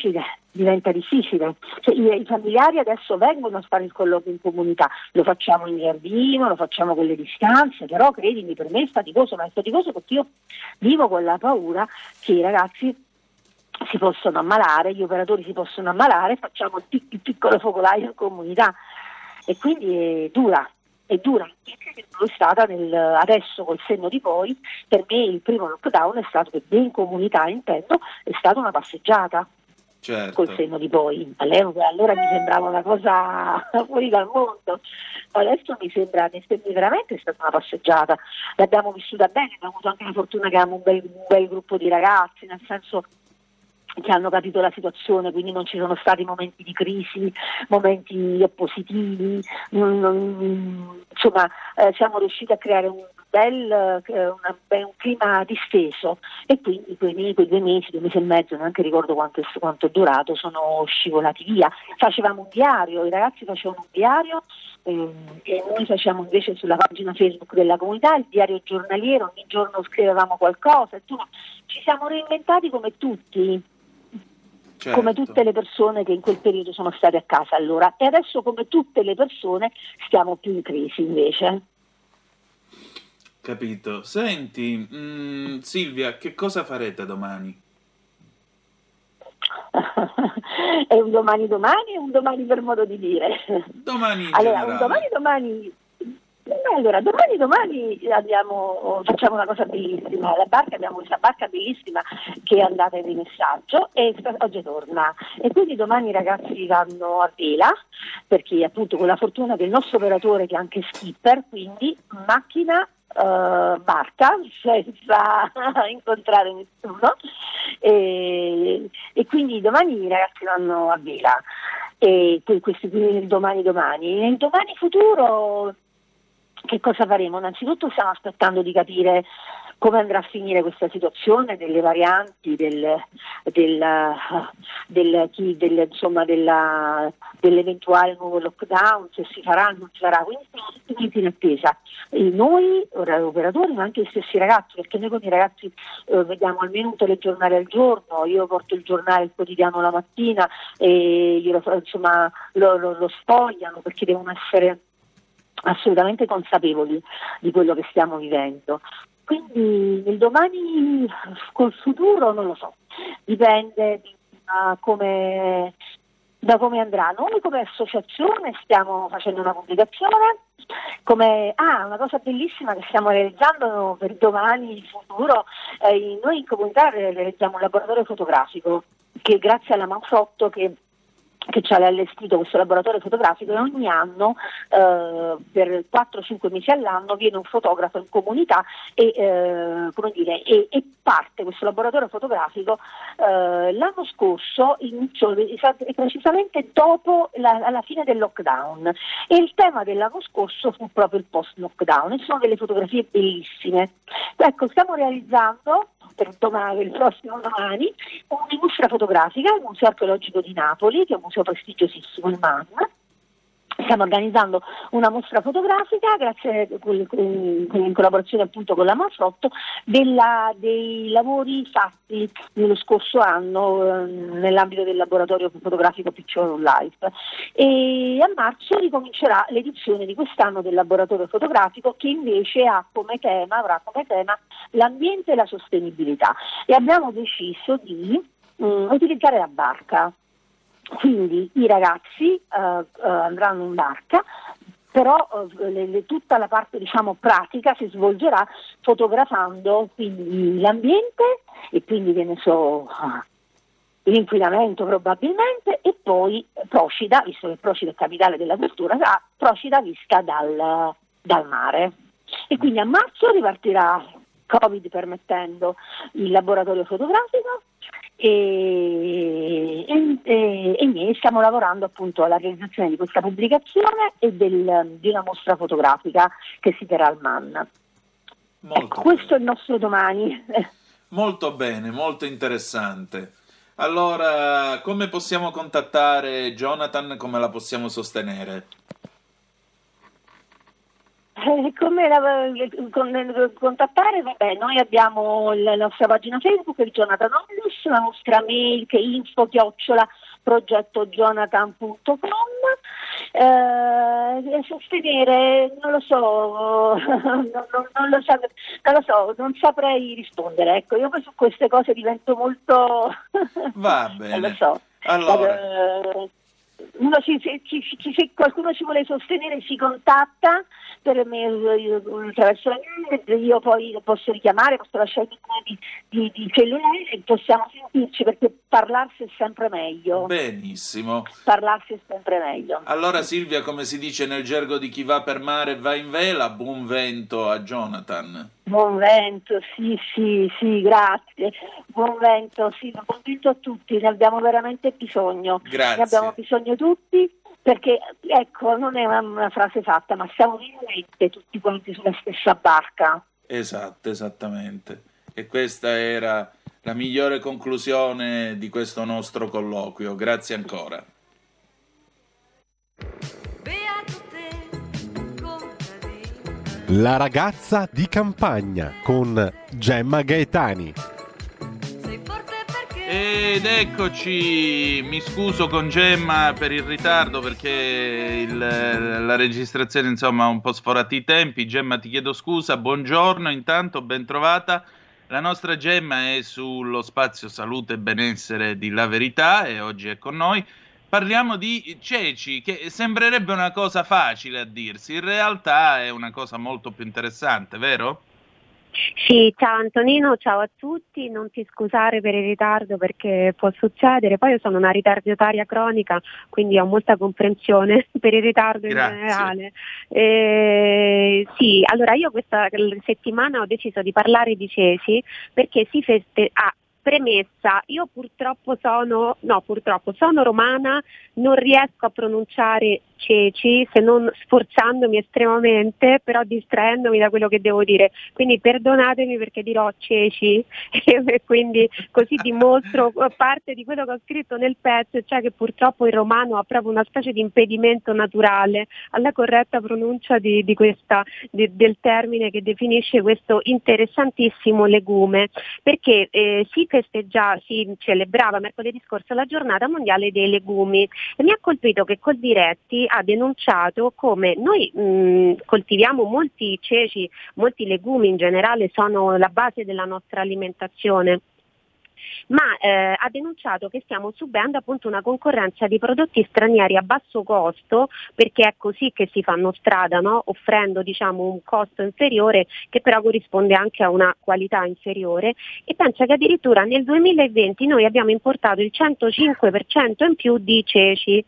diventa difficile. Cioè, i, i familiari adesso vengono a fare il colloquio in comunità, lo facciamo in giardino, lo facciamo con le distanze, però credimi, per me è faticoso, ma è faticoso perché io vivo con la paura che i ragazzi si possono ammalare, gli operatori si possono ammalare, facciamo il, pic- il piccolo focolaio in comunità e quindi è dura. È dura, è stata nel, adesso col senno di poi, per me il primo lockdown è stato, per me in comunità intendo, è stata una passeggiata. Certo. Col senno di poi, all'epoca allora mi sembrava una cosa fuori dal mondo, adesso mi sembra che veramente è stata una passeggiata, l'abbiamo vissuta bene, abbiamo avuto anche la fortuna che avevamo un bel, un bel gruppo di ragazzi, nel senso che hanno capito la situazione, quindi non ci sono stati momenti di crisi, momenti oppositivi, non, non, insomma eh, siamo riusciti a creare un bel eh, una, un clima disteso e quindi quei, quei due mesi, due mesi e mezzo, neanche ricordo quanto, quanto è durato, sono scivolati via. Facevamo un diario, i ragazzi facevano un diario eh, e noi facciamo invece sulla pagina Facebook della comunità il diario giornaliero, ogni giorno scrivevamo qualcosa, insomma ci siamo reinventati come tutti. Certo. Come tutte le persone che in quel periodo sono state a casa allora, e adesso come tutte le persone stiamo più in crisi invece. Capito. Senti, mh, Silvia, che cosa farete domani? È un domani domani o un domani per modo di dire? Domani in allora, generale. un domani domani Allora, domani domani abbiamo, facciamo una cosa bellissima, la barca, abbiamo questa barca bellissima che è andata in rimessaggio e oggi torna e quindi domani i ragazzi vanno a vela perché appunto con la fortuna del nostro operatore che è anche skipper, quindi macchina, Uh, barca senza incontrare nessuno e, e quindi domani i ragazzi vanno a vela e questi quindi domani domani nel domani futuro che cosa faremo? Innanzitutto stiamo aspettando di capire come andrà a finire questa situazione delle varianti del, del, del, del, del, insomma, della, dell'eventuale nuovo lockdown, se si farà o non si farà, quindi stiamo tutti in attesa. E noi, operatori, ma anche gli stessi ragazzi, perché noi con i ragazzi eh, vediamo almeno un telegiornale al giorno, io porto il giornale, il quotidiano la mattina e glielo, insomma, lo, lo, lo sfogliano perché devono essere assolutamente consapevoli di quello che stiamo vivendo. Quindi il domani col futuro non lo so, dipende da come, da come andrà. Noi come associazione stiamo facendo una pubblicazione, come ah, una cosa bellissima che stiamo realizzando per domani, in futuro, eh, noi in comunità realizziamo un laboratorio fotografico che grazie alla Manfrotto che che ci ha allestito questo laboratorio fotografico e ogni anno eh, per quattro cinque mesi all'anno viene un fotografo in comunità e, eh, come dire, e, e parte questo laboratorio fotografico eh, l'anno scorso iniziò precisamente dopo la, alla fine del lockdown e il tema dell'anno scorso fu proprio il post lockdown e sono delle fotografie bellissime. Ecco, stiamo realizzando per domani, il prossimo domani, una mostra fotografica al Museo Archeologico di Napoli, che è un museo prestigiosissimo, il M A N. Stiamo organizzando una mostra fotografica, grazie in collaborazione appunto con la Manfrotto, della, dei lavori fatti nello scorso anno eh, nell'ambito del laboratorio fotografico Picture on Life. E a marzo ricomincerà l'edizione di quest'anno del laboratorio fotografico che invece ha come tema, avrà come tema l'ambiente e la sostenibilità. E abbiamo deciso di mh, utilizzare la barca. Quindi i ragazzi uh, uh, andranno in barca, però uh, le, le, tutta la parte diciamo pratica si svolgerà fotografando quindi l'ambiente e quindi che ne so uh, l'inquinamento probabilmente e poi Procida, visto che Procida è capitale della cultura, sarà Procida vista dal, dal mare. E quindi a marzo ripartirà, Covid permettendo, il laboratorio fotografico. E, e, e, e noi stiamo lavorando appunto alla realizzazione di questa pubblicazione e del, di una mostra fotografica che si terrà al M A N. Ecco, questo è il nostro domani. Molto bene, molto interessante. Allora, come possiamo contattare Jonathan? Come la possiamo sostenere? Eh, come la, con, contattare? Vabbè, noi abbiamo la nostra pagina Facebook, il Jonathan Ollus, la nostra mail che è info chiocciola progetto jonathan punto com. Eh, sostenere, non lo so, non, non, non, lo sa, non lo so, non saprei rispondere. Ecco, io poi su queste cose divento molto. Va bene. Non lo so. Allora. Eh, uno ci, ci, ci, se qualcuno ci vuole sostenere si contatta per me attraverso la mail, io poi lo posso richiamare, posso lasciare il numero di, di, di cellulare e possiamo sentirci, perché parlarsi è sempre meglio. Benissimo. Parlarsi è sempre meglio. Allora Silvia, come si dice nel gergo di chi va per mare va in vela, buon vento a Jonathan. Buon vento, sì, sì, sì, grazie. Buon vento, sì, buon vento a tutti, ne abbiamo veramente bisogno. Grazie. Ne abbiamo bisogno tutti, perché, ecco, non è una, una frase fatta, ma siamo veramente tutti quanti sulla stessa barca. Esatto, esattamente. E questa era la migliore conclusione di questo nostro colloquio. Grazie ancora. La ragazza di campagna con Gemma Gaetani. Ed eccoci, mi scuso con Gemma per il ritardo perché il, la registrazione insomma ha un po' sforato i tempi. Gemma, ti chiedo scusa, buongiorno intanto, ben trovata. La nostra Gemma è sullo spazio salute e benessere di La Verità e oggi è con noi. Parliamo di ceci, che sembrerebbe una cosa facile a dirsi, in realtà è una cosa molto più interessante, vero? Sì, ciao Antonino, ciao a tutti, non ti scusare per il ritardo perché può succedere, poi io sono una ritardataria cronica, quindi ho molta comprensione per il ritardo in Grazie. generale. Eh, sì, allora io questa settimana ho deciso di parlare di ceci perché si feste... Ah, premessa, io purtroppo sono, no purtroppo, sono romana, non riesco a pronunciare ceci se non sforzandomi estremamente, però distraendomi da quello che devo dire, quindi perdonatemi perché dirò ceci e quindi così dimostro parte di quello che ho scritto nel pezzo, cioè che purtroppo il romano ha proprio una specie di impedimento naturale alla corretta pronuncia di, di questa, di, del termine che definisce questo interessantissimo legume, perché eh, si festeggia, si celebrava mercoledì scorso la giornata mondiale dei legumi e mi ha colpito che Coldiretti ha denunciato come noi mh, coltiviamo molti ceci, molti legumi in generale sono la base della nostra alimentazione, ma eh, ha denunciato che stiamo subendo appunto una concorrenza di prodotti stranieri a basso costo, perché è così che si fanno strada, no? Offrendo diciamo un costo inferiore che però corrisponde anche a una qualità inferiore, e pensa che addirittura nel duemilaventi noi abbiamo importato il centocinque per cento in più di ceci.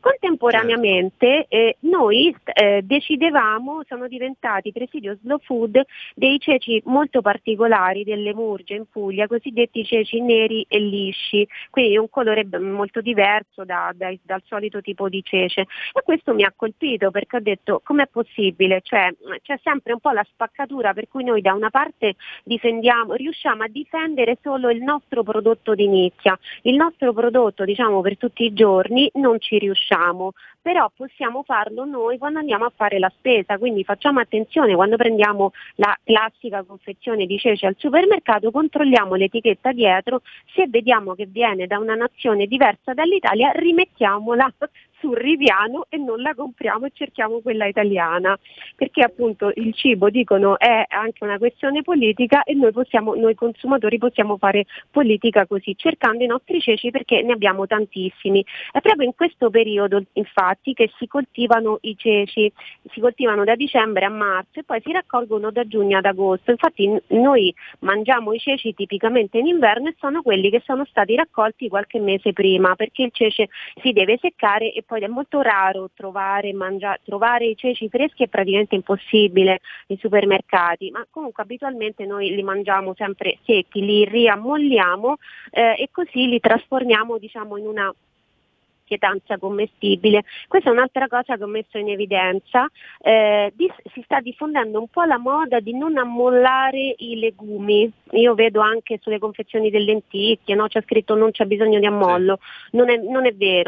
Contemporaneamente eh, noi eh, decidevamo, sono diventati presidio Slow Food dei ceci molto particolari delle Murge in Puglia, cosiddetti ceci neri e lisci, quindi un colore molto diverso da, da, dal solito tipo di cece, e questo mi ha colpito perché ho detto com'è possibile, cioè c'è sempre un po' la spaccatura per cui noi da una parte difendiamo, riusciamo a difendere solo il nostro prodotto di nicchia, il nostro prodotto diciamo per tutti i giorni non ci riusciamo, però possiamo farlo noi quando andiamo a fare la spesa, quindi facciamo attenzione quando prendiamo la classica confezione di ceci al supermercato, controlliamo l'etichetta dietro, se vediamo che viene da una nazione diversa dall'Italia rimettiamola sul ripiano e non la compriamo e cerchiamo quella italiana, perché appunto il cibo, dicono, è anche una questione politica e noi possiamo, noi consumatori possiamo fare politica così, cercando i nostri ceci perché ne abbiamo tantissimi. È proprio in questo periodo infatti che si coltivano i ceci, si coltivano da dicembre a marzo e poi si raccolgono da giugno ad agosto. Infatti noi mangiamo i ceci tipicamente in inverno e sono quelli che sono stati raccolti qualche mese prima, perché il cece si deve seccare e poi è molto raro trovare, mangia- trovare i ceci freschi, è praticamente impossibile nei supermercati, ma comunque abitualmente noi li mangiamo sempre secchi, li riammolliamo eh, e così li trasformiamo diciamo in una pietanza commestibile. Questa è un'altra cosa che ho messo in evidenza, eh, di, si sta diffondendo un po' la moda di non ammollare i legumi, io vedo anche sulle confezioni delle lenticchie, no? C'è scritto non c'è bisogno di ammollo, non è, non è vero.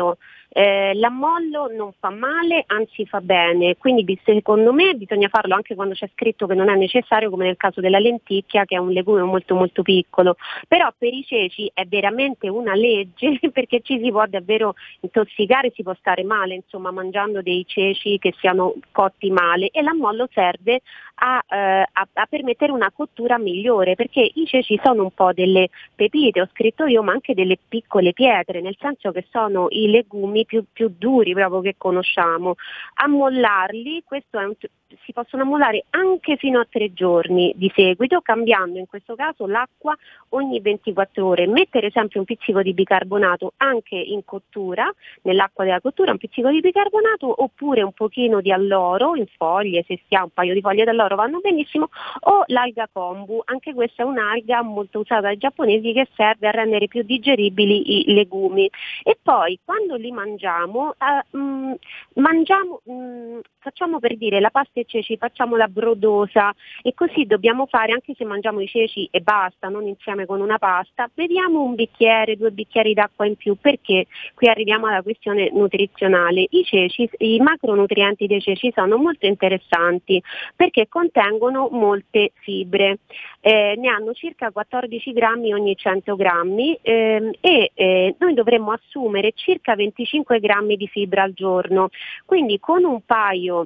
Eh, l'ammollo non fa male, anzi fa bene, quindi secondo me bisogna farlo anche quando c'è scritto che non è necessario, come nel caso della lenticchia, che è un legume molto molto piccolo. Però per i ceci è veramente una legge perché ci si può davvero intossicare, si può stare male, insomma, mangiando dei ceci che siano cotti male, e l'ammollo serve a, eh, a, a permettere una cottura migliore, perché i ceci sono un po' delle pepite, ho scritto io, ma anche delle piccole pietre, nel senso che sono i legumi più, più duri proprio che conosciamo. Ammollarli, questo è un, si possono ammollare anche fino a tre giorni di seguito, cambiando in questo caso l'acqua ogni ventiquattro ore, mettere sempre un pizzico di bicarbonato anche in cottura, nell'acqua della cottura un pizzico di bicarbonato, oppure un pochino di alloro in foglie, se si ha un paio di foglie d'alloro vanno benissimo, o l'alga kombu, anche questa è un'alga molto usata dai giapponesi che serve a rendere più digeribili i legumi. E poi quando li mangiamo, eh, mh, mangiamo mh, facciamo, per dire, la pasta e ceci, facciamo la brodosa, e così dobbiamo fare anche se mangiamo i ceci e basta, non insieme con una pasta, beviamo un bicchiere, due bicchieri d'acqua in più, perché qui arriviamo alla questione nutrizionale. I ceci, i macronutrienti dei ceci sono molto interessanti perché contengono molte fibre, eh, ne hanno circa quattordici grammi ogni cento grammi ehm, e eh, noi dovremmo assumere circa venticinque grammi di fibra al giorno, quindi con un paio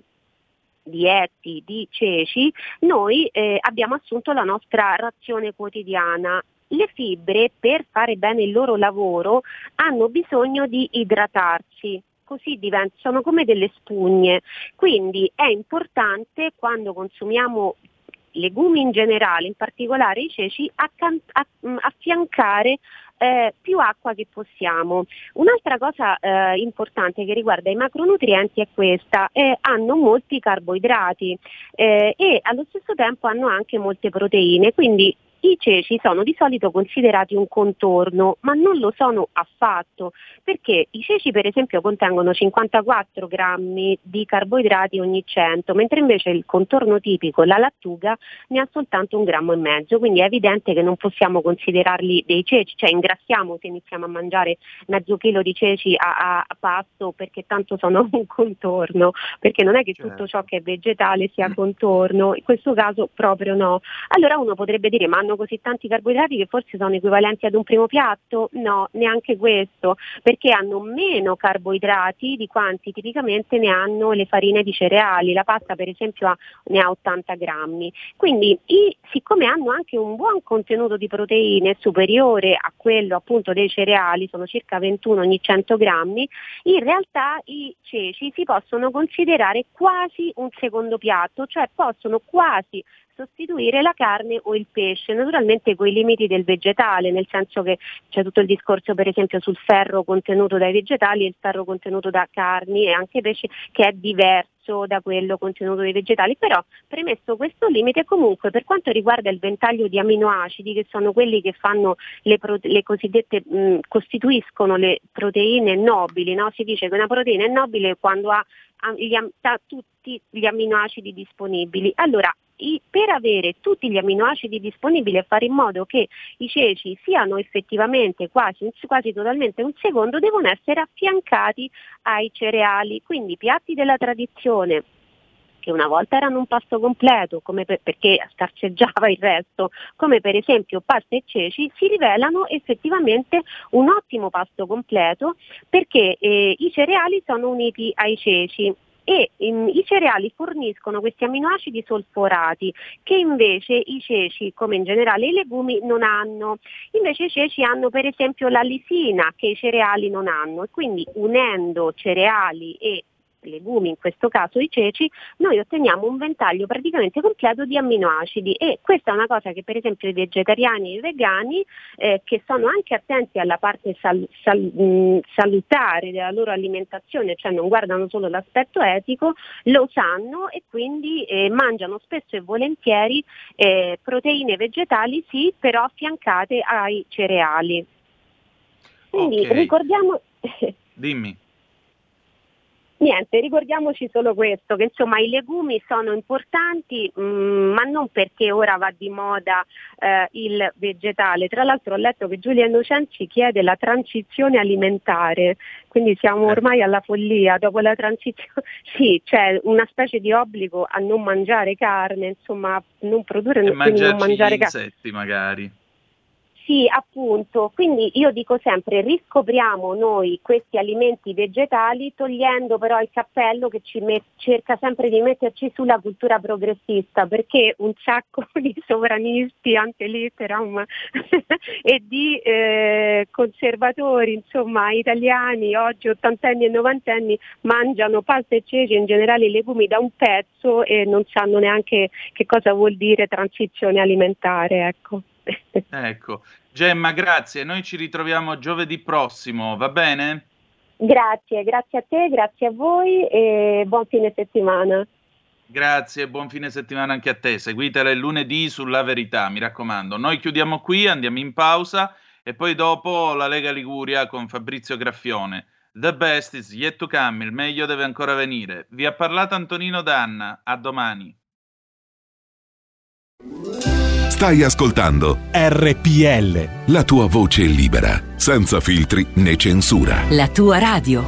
di etti di ceci noi eh, abbiamo assunto la nostra razione quotidiana. Le fibre, per fare bene il loro lavoro, hanno bisogno di idratarsi, così diventano, sono come delle spugne, quindi è importante, quando consumiamo legumi in generale, in particolare i ceci, accan- a- affiancare Eh, più acqua che possiamo. Un'altra cosa eh, importante che riguarda i macronutrienti è questa: eh, hanno molti carboidrati eh, e allo stesso tempo hanno anche molte proteine, quindi i ceci sono di solito considerati un contorno, ma non lo sono affatto, perché i ceci per esempio contengono cinquantaquattro grammi di carboidrati ogni cento, mentre invece il contorno tipico, la lattuga, ne ha soltanto un grammo e mezzo, quindi è evidente che non possiamo considerarli dei ceci, cioè ingrassiamo se iniziamo a mangiare mezzo chilo di ceci a, a, a pasto, perché tanto sono un contorno, perché non è che certo. tutto ciò che è vegetale sia contorno, in questo caso proprio no. Allora uno potrebbe dire: ma hanno così tanti carboidrati che forse sono equivalenti ad un primo piatto? No, neanche questo, perché hanno meno carboidrati di quanti tipicamente ne hanno le farine di cereali. La pasta per esempio ha, ne ha ottanta grammi, quindi i, siccome hanno anche un buon contenuto di proteine superiore a quello appunto dei cereali, sono circa ventuno ogni cento grammi, in realtà i ceci si possono considerare quasi un secondo piatto, cioè possono quasi sostituire la carne o il pesce, naturalmente con i limiti del vegetale, nel senso che c'è tutto il discorso per esempio sul ferro contenuto dai vegetali e il ferro contenuto da carni e anche pesci, che è diverso da quello contenuto dai vegetali. Però, premesso questo limite, comunque per quanto riguarda il ventaglio di aminoacidi, che sono quelli che fanno le, pro- le cosiddette mh, costituiscono le proteine nobili, no? Si dice che una proteina è nobile quando ha, ha, gli, ha tutti gli aminoacidi disponibili. Allora, I, per avere tutti gli aminoacidi disponibili e fare in modo che i ceci siano effettivamente quasi, quasi totalmente un secondo, devono essere affiancati ai cereali, quindi piatti della tradizione che una volta erano un pasto completo, come per, perché scarseggiava il resto, come per esempio pasta e ceci, si rivelano effettivamente un ottimo pasto completo, perché eh, i cereali sono uniti ai ceci. E um, i cereali forniscono questi aminoacidi solforati che invece i ceci, come in generale i legumi, non hanno. Invece i ceci hanno per esempio la lisina che i cereali non hanno, e quindi unendo cereali e legumi, in questo caso i ceci, noi otteniamo un ventaglio praticamente completo di amminoacidi. E questa è una cosa che per esempio i vegetariani e i vegani, eh, che sono anche attenti alla parte sal- sal- mh, salutare della loro alimentazione, cioè non guardano solo l'aspetto etico, lo sanno, e quindi eh, mangiano spesso e volentieri eh, proteine vegetali, sì, però affiancate ai cereali. Quindi okay. ricordiamo Dimmi. Niente, ricordiamoci solo questo, che insomma i legumi sono importanti, mh, ma non perché ora va di moda eh, il vegetale. Tra l'altro ho letto che Giulia Innocenzi chiede la transizione alimentare, quindi siamo ormai alla follia dopo la transizione. Sì, c'è una specie di obbligo a non mangiare carne, insomma, a non produrre e quindi non mangiare gli insetti carne. magari. Sì, appunto, quindi io dico sempre riscopriamo noi questi alimenti vegetali togliendo però il cappello che ci met- cerca sempre di metterci sulla cultura progressista, perché un sacco di sovranisti ante litteram e di eh, conservatori insomma italiani oggi ottantenni e novantenni mangiano pasta e ceci, in generale i legumi da un pezzo e non sanno neanche che cosa vuol dire transizione alimentare, ecco. Ecco, Gemma, grazie. Noi ci ritroviamo giovedì prossimo, va bene? Grazie, grazie a te, grazie a voi e buon fine settimana. Grazie, buon fine settimana anche a te. Seguitela il lunedì sulla Verità, mi raccomando. Noi chiudiamo qui, andiamo in pausa e poi dopo la Lega Liguria con Fabrizio Graffione. The best is yet to come, il meglio deve ancora venire. Vi ha parlato Antonino Danna, a domani. Stai ascoltando R P L, la tua voce libera, senza filtri né censura. La tua radio.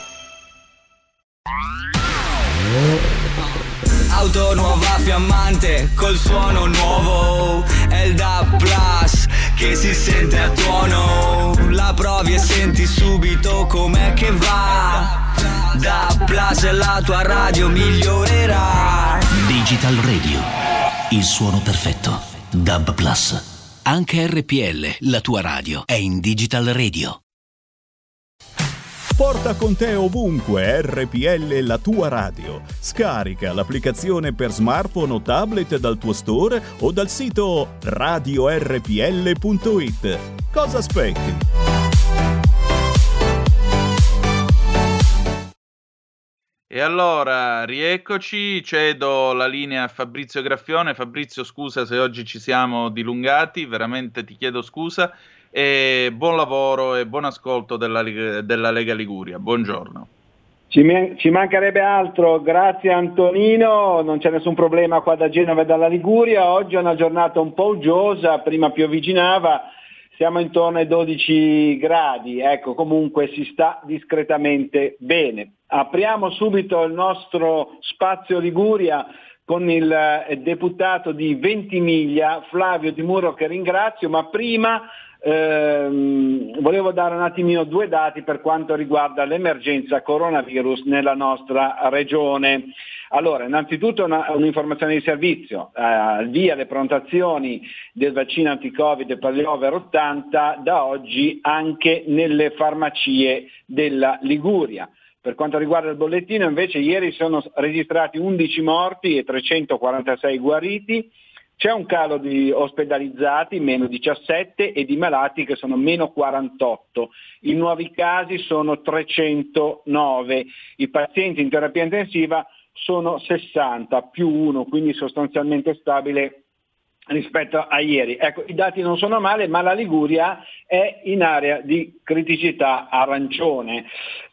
Auto nuova fiammante col suono nuovo, è il D A B Plus che si sente a tuono. La provi e senti subito com'è che va. D A B Plus è la tua radio migliorerà. Digital Radio, il suono perfetto. D A B Plus. Anche R P L, la tua radio, è in Digital Radio. Porta con te ovunque R P L, la tua radio. Scarica l'applicazione per smartphone o tablet dal tuo store o dal sito radio r p l punto i t. Cosa aspetti? E allora, rieccoci, cedo la linea a Fabrizio Graffione. Fabrizio, scusa se oggi ci siamo dilungati, veramente ti chiedo scusa, e buon lavoro e buon ascolto della, della Lega Liguria. Buongiorno. Ci, me- ci mancherebbe altro, grazie Antonino, non c'è nessun problema qua da Genova e dalla Liguria. Oggi è una giornata un po' uggiosa, prima piovigginava, siamo intorno ai dodici gradi, ecco, comunque si sta discretamente bene. Apriamo subito il nostro spazio Liguria con il eh, deputato di Ventimiglia, Flavio Di Muro, che ringrazio, ma prima ehm, volevo dare un attimino due dati per quanto riguarda l'emergenza coronavirus nella nostra regione. Allora, innanzitutto una, un'informazione di servizio, eh, via le prenotazioni del vaccino anti-Covid per gli over ottanta da oggi anche nelle farmacie della Liguria. Per quanto riguarda il bollettino, invece, ieri sono registrati undici morti e trecentoquarantasei guariti, c'è un calo di ospedalizzati, meno diciassette, e di malati che sono meno quarantotto. I nuovi casi sono trecentonove, i pazienti in terapia intensiva sono sessanta, più uno, quindi sostanzialmente stabile rispetto a ieri. Ecco, i dati non sono male, ma la Liguria è in area di criticità arancione.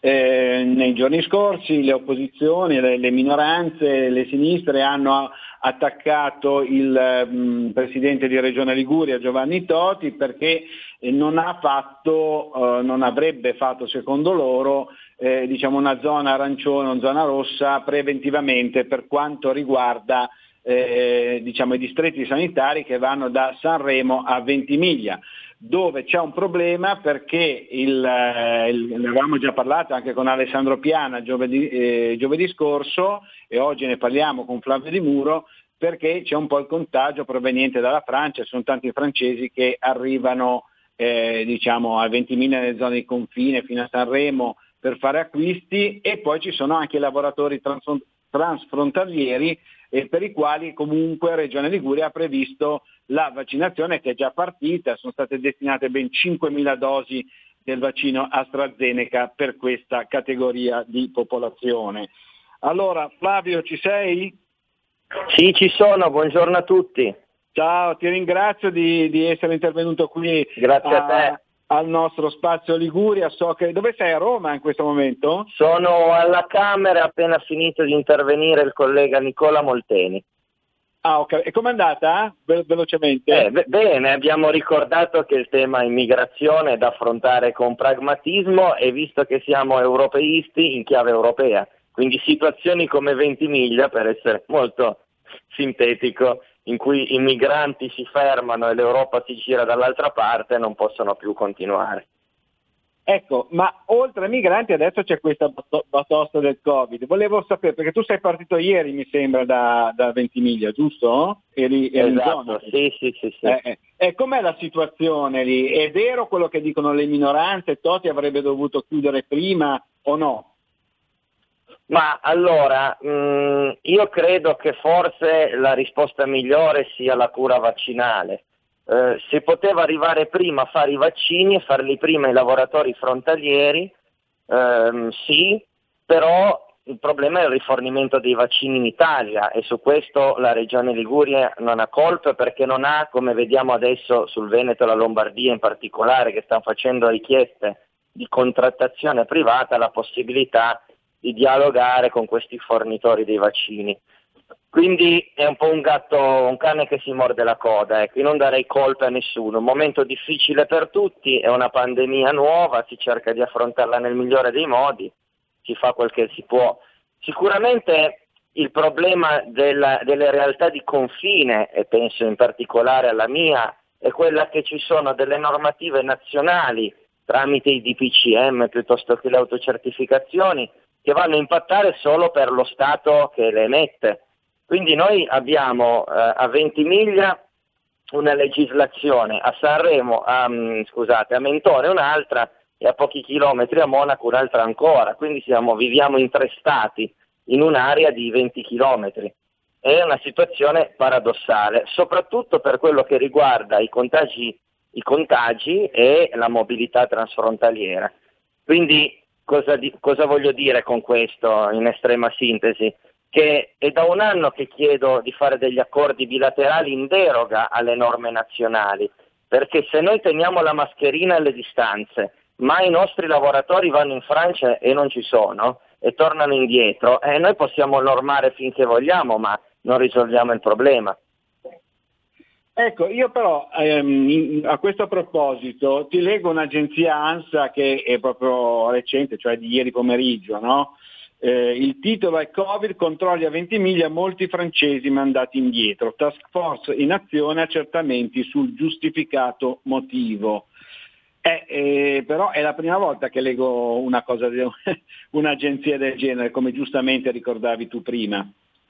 Eh, nei giorni scorsi le opposizioni, le, le minoranze, le sinistre hanno attaccato il mh, presidente di Regione Liguria, Giovanni Toti, perché non ha fatto, eh, non avrebbe fatto secondo loro eh, diciamo una zona arancione, una zona rossa preventivamente per quanto riguarda Eh, diciamo i distretti sanitari che vanno da Sanremo a Ventimiglia, dove c'è un problema perché il, eh, il, ne avevamo già parlato anche con Alessandro Piana giovedì, eh, giovedì scorso, e oggi ne parliamo con Flavio Di Muro, perché c'è un po' il contagio proveniente dalla Francia. Sono tanti francesi che arrivano eh, diciamo a Ventimiglia, nelle zone di confine fino a Sanremo, per fare acquisti, e poi ci sono anche i lavoratori trans- transfrontalieri e per i quali comunque Regione Liguria ha previsto la vaccinazione, che è già partita. Sono state destinate ben cinquemila dosi del vaccino AstraZeneca per questa categoria di popolazione. Allora, Flavio, ci sei? Sì, ci sono, buongiorno a tutti. Ciao, ti ringrazio di, di essere intervenuto qui Grazie a, a te. al nostro Spazio Liguria. So che dove sei, a Roma in questo momento? Sono alla Camera, appena finito di intervenire il collega Nicola Molteni. Ah, ok. E com'è andata? Ve- velocemente. Eh, b- bene, abbiamo ricordato che il tema immigrazione è da affrontare con pragmatismo e visto che siamo europeisti in chiave europea, quindi situazioni come Ventimiglia, per essere molto sintetico, in cui i migranti si fermano e l'Europa si gira dall'altra parte, non possono più continuare. Ecco, ma oltre ai migranti adesso c'è questa batosta del Covid. Volevo sapere, perché tu sei partito ieri, mi sembra, da, da Ventimiglia, giusto? Eri, eri esatto, in zona. sì, sì, sì. sì. Eh, eh. E com'è la situazione lì? È vero quello che dicono le minoranze? Totti avrebbe dovuto chiudere prima o no? Ma allora, mh, io credo che forse la risposta migliore sia la cura vaccinale. Eh, si poteva arrivare prima a fare i vaccini e farli prima ai lavoratori frontalieri, ehm, sì, però il problema è il rifornimento dei vaccini in Italia e su questo la Regione Liguria non ha colpe perché non ha, come vediamo adesso sul Veneto e la Lombardia in particolare, che stanno facendo richieste di contrattazione privata, la possibilità di dialogare con questi fornitori dei vaccini. Quindi è un po' un gatto, un cane che si morde la coda, ecco. Io non darei colpe a nessuno, un momento difficile per tutti, è una pandemia nuova, si cerca di affrontarla nel migliore dei modi, si fa quel che si può. Sicuramente il problema della, delle realtà di confine, e penso in particolare alla mia, è quella che ci sono delle normative nazionali tramite i D P C M piuttosto che le autocertificazioni che vanno a impattare solo per lo Stato che le emette. Quindi noi abbiamo eh, a Ventimiglia una legislazione, a Sanremo, a, um, scusate, a Mentone un'altra e a pochi chilometri a Monaco un'altra ancora, quindi siamo, viviamo in tre stati in un'area di venti chilometri. È una situazione paradossale, soprattutto per quello che riguarda i contagi, i contagi e la mobilità transfrontaliera. Quindi cosa, di, cosa voglio dire con questo in estrema sintesi? Che è da un anno che chiedo di fare degli accordi bilaterali in deroga alle norme nazionali, perché se noi teniamo la mascherina alle distanze, ma i nostri lavoratori vanno in Francia e non ci sono, e tornano indietro, e eh, noi possiamo normare finché vogliamo, ma non risolviamo il problema. Ecco, io però ehm, a questo proposito ti leggo un'agenzia ANSA che è proprio recente, cioè di ieri pomeriggio, no? Eh, il titolo è Covid, controlli a Ventimiglia, molti francesi mandati indietro, task force in azione, accertamenti sul giustificato motivo. Eh, eh, però è la prima volta che leggo una cosa di un'agenzia del genere, come giustamente ricordavi tu prima.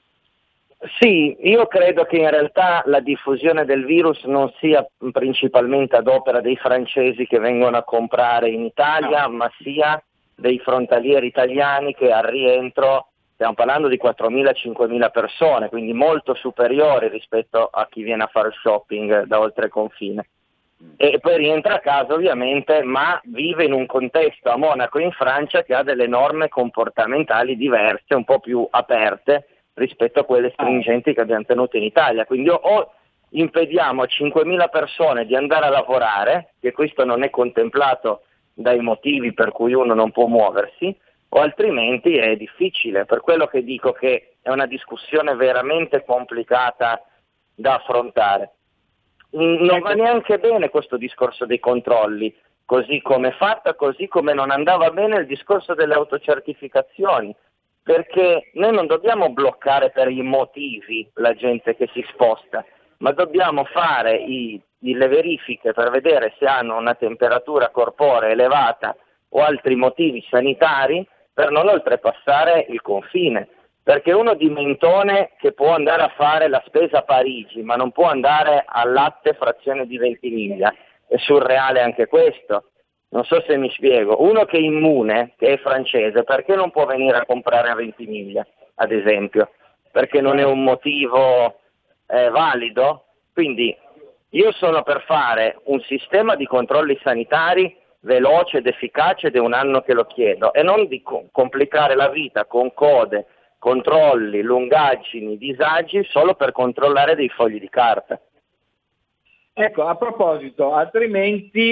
Sì, io credo che in realtà la diffusione del virus non sia principalmente ad opera dei francesi che vengono a comprare in Italia, no. ma sia dei frontalieri italiani che al rientro, stiamo parlando di quattromila cinquemila persone, quindi molto superiori rispetto a chi viene a fare shopping da oltre confine. E poi rientra a casa ovviamente, ma vive in un contesto a Monaco in Francia che ha delle norme comportamentali diverse, un po' più aperte rispetto a quelle stringenti che abbiamo tenuto in Italia. Quindi o impediamo a cinquemila persone di andare a lavorare, che questo non è contemplato dai motivi per cui uno non può muoversi, o altrimenti è difficile. Per quello che dico che è una discussione veramente complicata da affrontare. Non va neanche bene questo discorso dei controlli, così come è fatta, così come non andava bene il discorso delle autocertificazioni, perché noi non dobbiamo bloccare per i motivi la gente che si sposta, ma dobbiamo fare i, le verifiche per vedere se hanno una temperatura corporea elevata o altri motivi sanitari per non oltrepassare il confine. Perché uno di Mentone che può andare a fare la spesa a Parigi, ma non può andare al latte frazione di Ventimiglia, è surreale anche questo. Non so se mi spiego. Uno che è immune, che è francese, perché non può venire a comprare a Ventimiglia, ad esempio? Perché non è un motivo eh, valido? Quindi io sono per fare un sistema di controlli sanitari veloce ed efficace ed è un anno che lo chiedo, e non di co- complicare la vita con code, controlli, lungaggini, disagi solo per controllare dei fogli di carta. Ecco, a proposito, altrimenti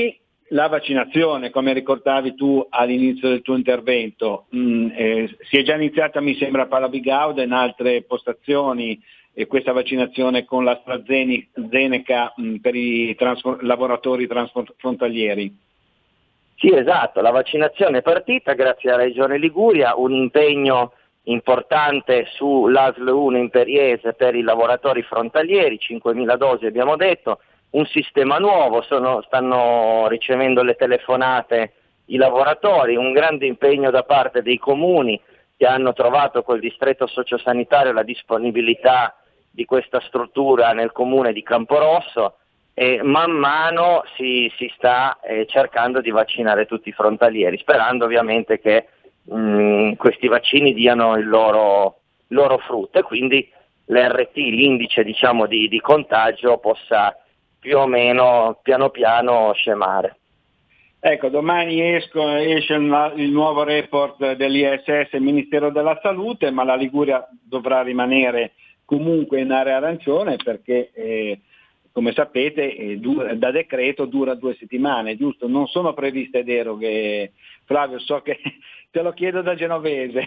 la vaccinazione, come ricordavi tu all'inizio del tuo intervento, mh, eh, si è già iniziata, mi sembra, a Palabigauda e in altre postazioni, e questa vaccinazione con l'AstraZeneca mh, per i trans- lavoratori transfrontalieri. Sì, esatto, la vaccinazione è partita grazie alla Regione Liguria, un impegno importante sull'A S L uno in Periese per i lavoratori frontalieri, cinquemila dosi abbiamo detto, un sistema nuovo, sono, stanno ricevendo le telefonate i lavoratori, un grande impegno da parte dei comuni che hanno trovato col distretto sociosanitario la disponibilità di questa struttura nel comune di Camporosso, e man mano si, si sta eh, cercando di vaccinare tutti i frontalieri, sperando ovviamente che mh, questi vaccini diano il loro, il loro frutto e quindi l'R T, l'indice diciamo di, di contagio, possa più o meno piano piano scemare. Ecco, domani esco, esce il, il nuovo report dell'I S S, il Ministero della Salute, ma la Liguria dovrà rimanere comunque in area arancione perché eh, come sapete eh, dura, da decreto dura due settimane, giusto? Non sono previste deroghe, Flavio, so che te lo chiedo da genovese.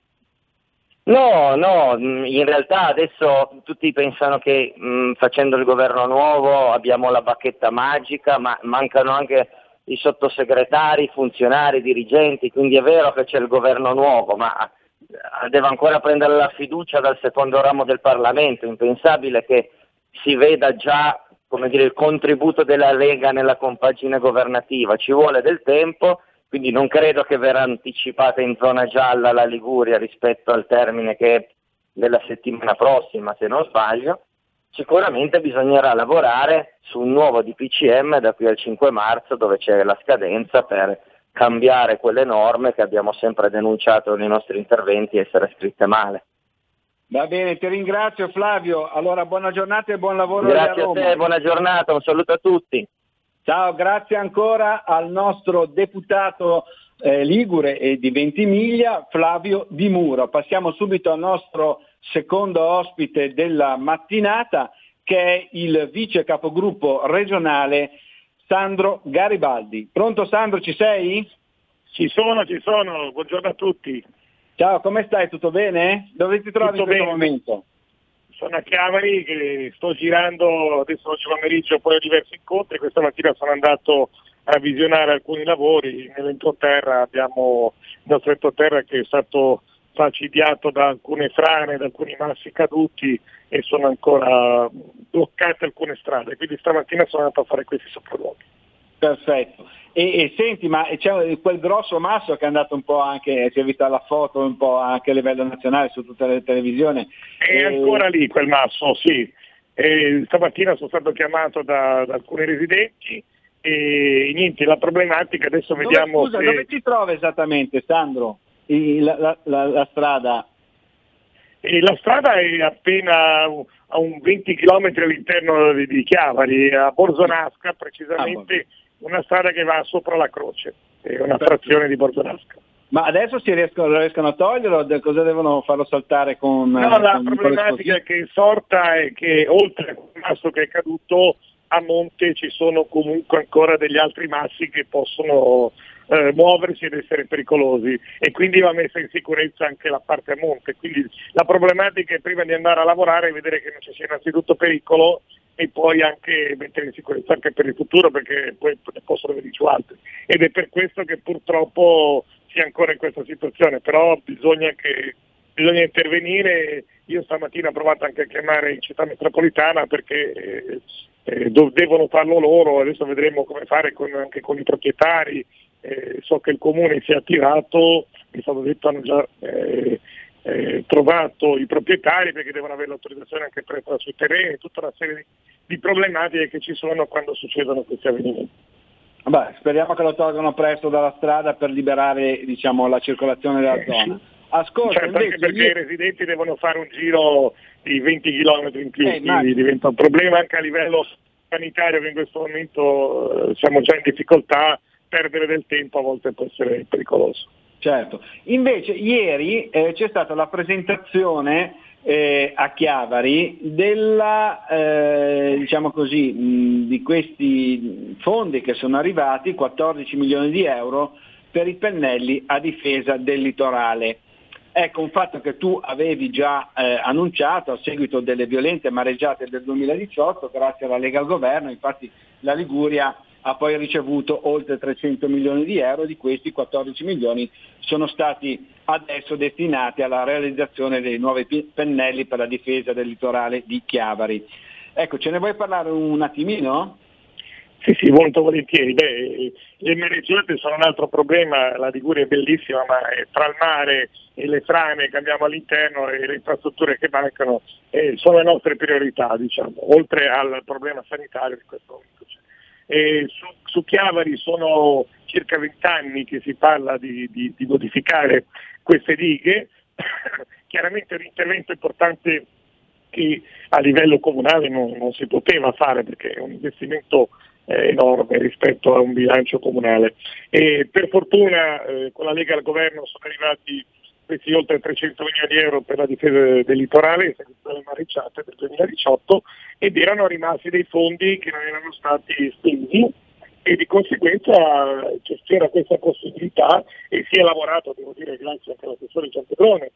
No, no, in realtà adesso tutti pensano che mh, facendo il governo nuovo abbiamo la bacchetta magica, ma mancano anche i sottosegretari, i funzionari, i dirigenti, quindi è vero che c'è il governo nuovo, ma deve ancora prendere la fiducia dal secondo ramo del Parlamento. Impensabile che si veda già, come dire, il contributo della Lega nella compagine governativa, ci vuole del tempo, quindi non credo che verrà anticipata in zona gialla la Liguria rispetto al termine che è della settimana prossima, se non sbaglio. Sicuramente bisognerà lavorare su un nuovo D P C M da qui al cinque marzo, dove c'è la scadenza per cambiare quelle norme che abbiamo sempre denunciato nei nostri interventi essere scritte male. Va bene, ti ringrazio Flavio, allora buona giornata e buon lavoro. Grazie a Roma. te, buona giornata, un saluto a tutti. Ciao, grazie ancora al nostro deputato eh, ligure e di Ventimiglia, Flavio Di Muro. Passiamo subito al nostro secondo ospite della mattinata, che è il vice capogruppo regionale Sandro Garibaldi. Pronto Sandro, ci sei? Ci sono, ci sono, buongiorno a tutti. Ciao, come stai? Tutto bene? Dove ti trovi Tutto in questo bene. momento? Sono a Chiavari, che sto girando adesso oggi pomeriggio, poi ho diversi incontri. Questa mattina sono andato a visionare alcuni lavori. Nell'entroterra abbiamo il nostro entroterra che è stato falcidiato da alcune frane, da alcuni massi caduti e sono ancora bloccate alcune strade, quindi stamattina sono andato a fare questi sopralluoghi. Perfetto. E, e senti, ma c'è quel grosso masso che è andato un po' anche, si è vista la foto un po' anche a livello nazionale su tutte le televisioni. È e... ancora lì quel masso, sì. E stamattina sono stato chiamato da, da alcuni residenti e niente, la problematica adesso dove, vediamo. Scusa, se... dove ti trovi esattamente, Sandro? I, la, la, la, la strada? E la strada è appena a un venti chilometri all'interno di, di Chiavari, a Borzonasca precisamente. Ah, una strada che va sopra la croce, è una frazione di Borzonasca. Ma adesso si riescono, riescono a toglierlo? Cosa devono farlo saltare con... No, con la problematica che è sorta è che oltre al masso che è caduto, a monte ci sono comunque ancora degli altri massi che possono eh, muoversi ed essere pericolosi e quindi va messa in sicurezza anche la parte a monte. Quindi la problematica è prima di andare a lavorare vedere che non ci sia innanzitutto pericolo e poi anche mettere in sicurezza anche per il futuro, perché poi ne possono venire su altri, ed è per questo che purtroppo si è ancora in questa situazione, però bisogna che bisogna intervenire. Io stamattina ho provato anche a chiamare in città metropolitana perché eh, eh, devono farlo loro, adesso vedremo come fare con, anche con i proprietari. Eh, so che il comune si è attivato, mi è stato detto hanno già eh, Eh, trovato i proprietari perché devono avere l'autorizzazione anche per entrare sui terreni, tutta una serie di, di problematiche che ci sono quando succedono questi avvenimenti. Beh, speriamo che lo tolgano presto dalla strada per liberare, diciamo, la circolazione della eh, zona. Ascolta, certo, anche perché io... i residenti devono fare un giro di venti chilometri in più, eh, quindi diventa un problema anche a livello sanitario, che in questo momento eh, siamo già in difficoltà, perdere del tempo a volte può essere pericoloso. Certo, invece ieri eh, c'è stata la presentazione eh, a Chiavari della, eh, diciamo così, mh, di questi fondi che sono arrivati, quattordici milioni di euro per i pennelli a difesa del litorale. Ecco, un fatto che tu avevi già eh, annunciato a seguito delle violente mareggiate del duemiladiciotto, grazie alla Lega al governo. Infatti la Liguria ha poi ricevuto oltre trecento milioni di euro, di questi quattordici milioni sono stati adesso destinati alla realizzazione dei nuovi pennelli per la difesa del litorale di Chiavari. Ecco, ce ne vuoi parlare un attimino? Sì, sì, molto volentieri. Beh, le mareggiate sono un altro problema, la Liguria è bellissima, ma tra il mare e le frane che abbiamo all'interno e le infrastrutture che mancano eh, sono le nostre priorità, diciamo, oltre al problema sanitario di questo momento. E su, su Chiavari sono circa vent'anni che si parla di, di, di modificare queste dighe. Chiaramente un intervento importante che a livello comunale non, non si poteva fare perché è un investimento eh, enorme rispetto a un bilancio comunale. E per fortuna eh, con la Lega al governo sono arrivati questi oltre trecento milioni di euro per la difesa del litorale, delle mareggiate del duemiladiciotto, ed erano rimasti dei fondi che non erano stati spesi e di conseguenza c'era questa possibilità e si è lavorato, devo dire, grazie anche all'assessore Gianpedrone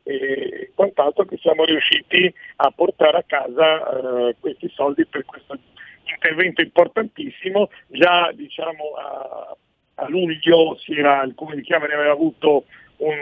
e quant'altro, che siamo riusciti a portare a casa eh, questi soldi per questo intervento importantissimo. Già diciamo a, a luglio si era, il Comune di Chiavari aveva avuto Un,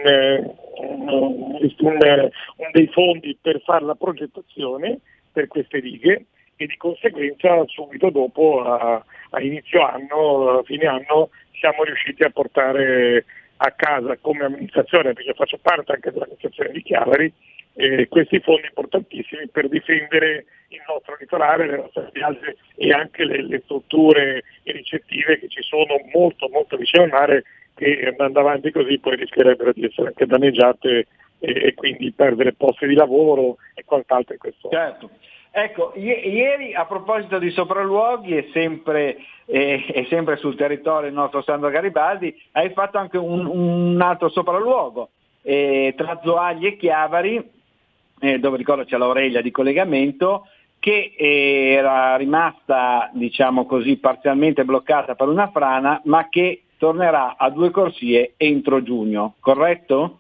un, un, un dei fondi per fare la progettazione per queste righe e di conseguenza subito dopo a, a inizio anno, a fine anno, siamo riusciti a portare a casa come amministrazione, perché faccio parte anche dell'amministrazione di Chiavari, eh, questi fondi importantissimi per difendere il nostro litorale, le nostre spiagge e anche le, le strutture ricettive che ci sono molto molto vicino al mare, che andando avanti così poi rischierebbero di essere anche danneggiate e, e quindi perdere posti di lavoro e quant'altro in questo. Certo. Ecco, i- ieri a proposito di sopralluoghi e sempre, eh, e sempre sul territorio il nostro Sandro Garibaldi, hai fatto anche un, un altro sopralluogo eh, tra Zoagli e Chiavari, eh, dove ricordo c'è l'Aurelia di collegamento, che eh, era rimasta, diciamo così, parzialmente bloccata per una frana, ma che tornerà a due corsie entro giugno, corretto?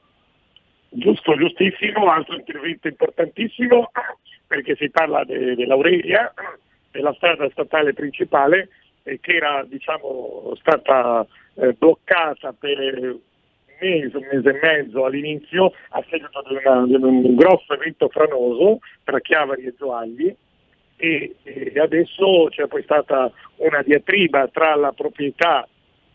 Giusto, giustissimo, altro intervento importantissimo, perché si parla de- dell'Aurelia, della strada statale principale, eh, che era diciamo stata eh, bloccata per un mese, un mese e mezzo all'inizio, a seguito di, una, di un grosso evento franoso tra Chiavari e Zoagli, e, e adesso c'è poi stata una diatriba tra la proprietà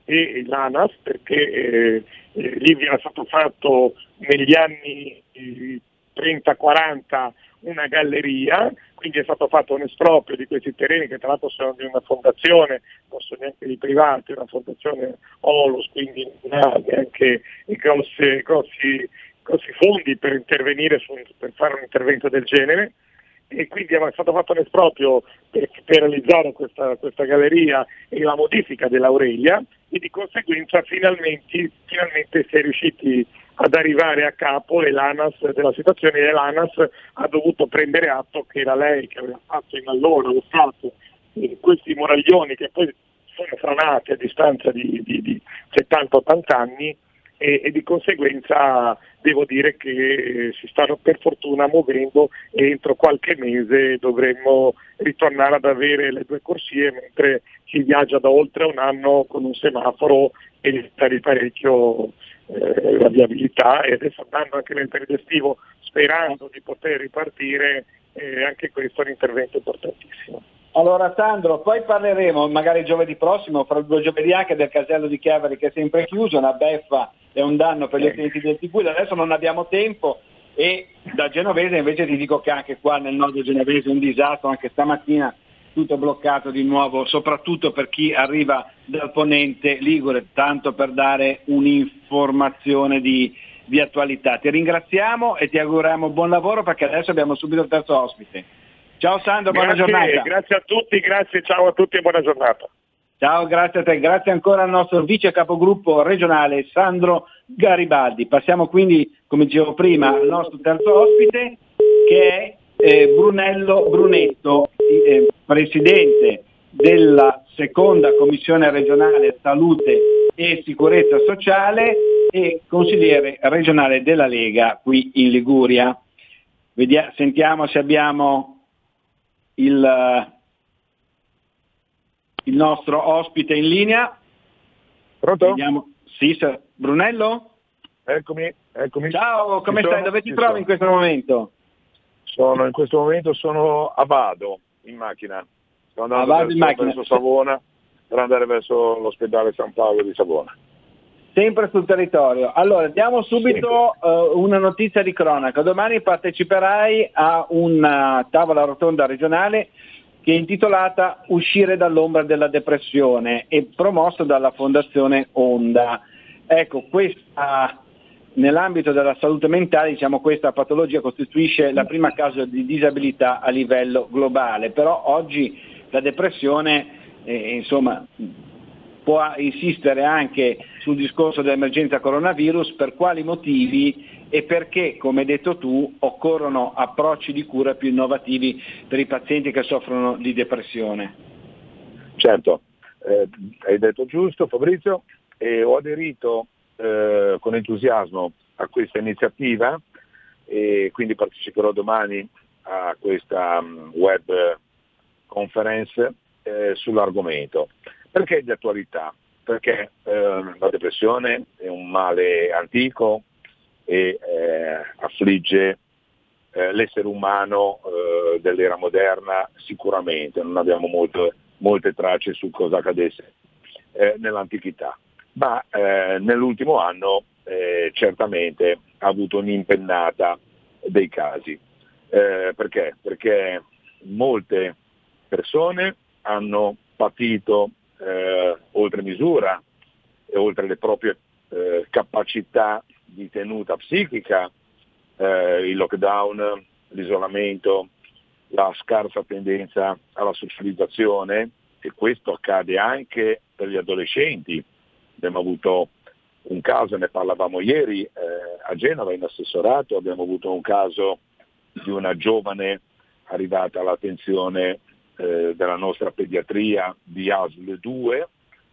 e l'ANAS, perché eh, eh, lì vi era stato fatto negli anni eh, trenta quaranta una galleria, quindi è stato fatto un esproprio di questi terreni che tra l'altro sono di una fondazione, non sono neanche di privati, una fondazione Olus, quindi non ha neanche i grossi, grossi, grossi fondi per intervenire su, per fare un intervento del genere. E quindi è stato fatto un esproprio per, per realizzare questa, questa galleria e la modifica dell'Aurelia, e di conseguenza finalmente, finalmente si è riusciti ad arrivare a capo e l'ANAS della situazione, e l'ANAS ha dovuto prendere atto che era lei che aveva fatto in allora lo Stato eh, questi moraglioni che poi sono franati a distanza di, di, di settanta ottanta anni, e, e di conseguenza devo dire che si stanno per fortuna muovendo e entro qualche mese dovremmo ritornare ad avere le due corsie, mentre si viaggia da oltre un anno con un semaforo e sta di parecchio eh, la viabilità, e adesso andando anche nel periodo estivo sperando di poter ripartire, eh, anche questo è un intervento importantissimo. Allora Sandro, poi parleremo magari giovedì prossimo, fra due giovedì, anche del casello di Chiavari che è sempre chiuso, una beffa e un danno per gli utenti del T Q. Adesso non abbiamo tempo, e da genovese invece ti dico che anche qua nel nord genovese un disastro, anche stamattina tutto bloccato di nuovo, soprattutto per chi arriva dal ponente ligure, tanto per dare un'informazione di, di attualità. Ti ringraziamo e ti auguriamo buon lavoro, perché adesso abbiamo subito il terzo ospite. Ciao Sandro, buona grazie, giornata. Grazie a tutti, grazie, ciao a tutti e buona giornata. Ciao, grazie a te, grazie ancora al nostro vice capogruppo regionale Sandro Garibaldi. Passiamo quindi, come dicevo prima, al nostro terzo ospite. che è eh, Brunello Brunetto, eh, presidente della seconda commissione regionale salute e sicurezza sociale e consigliere regionale della Lega qui in Liguria. Vediamo, sentiamo se abbiamo il, il nostro ospite in linea. Pronto? Vediamo. Sì, Brunello? Eccomi, eccomi. Ciao, come Ci stai? sono? Dove ti Ci trovi sono. in questo momento? Sono in questo momento sono a Vado in macchina. Sto andando A Vado verso, in macchina. verso Savona per andare verso l'ospedale San Paolo di Savona. Sempre sul territorio. Allora, diamo subito uh, una notizia di cronaca. Domani parteciperai a una tavola rotonda regionale che è intitolata Uscire dall'ombra della depressione e promosso dalla Fondazione Onda. Ecco, questa, nell'ambito della salute mentale, diciamo, questa patologia costituisce la prima causa di disabilità a livello globale, però oggi la depressione, eh, insomma, può insistere anche sul discorso dell'emergenza coronavirus, per quali motivi e perché, come hai detto tu, occorrono approcci di cura più innovativi per i pazienti che soffrono di depressione. Certo, eh, hai detto giusto Fabrizio, e ho aderito eh, con entusiasmo a questa iniziativa e quindi parteciperò domani a questa um, web conference eh, sull'argomento. Perché di attualità? Perché eh, la depressione è un male antico e eh, affligge eh, l'essere umano eh, dell'era moderna sicuramente, non abbiamo molte, molte tracce su cosa accadesse eh, nell'antichità, ma eh, nell'ultimo anno eh, certamente ha avuto un'impennata dei casi. Eh, perché? Perché molte persone hanno patito eh, oltre misura e oltre le proprie eh, capacità di tenuta psichica, eh, il lockdown, l'isolamento, la scarsa tendenza alla socializzazione, e questo accade anche per gli adolescenti. Abbiamo avuto un caso, ne parlavamo ieri, eh, a Genova in assessorato, abbiamo avuto un caso di una giovane arrivata all'attenzione eh, della nostra pediatria di A S L due,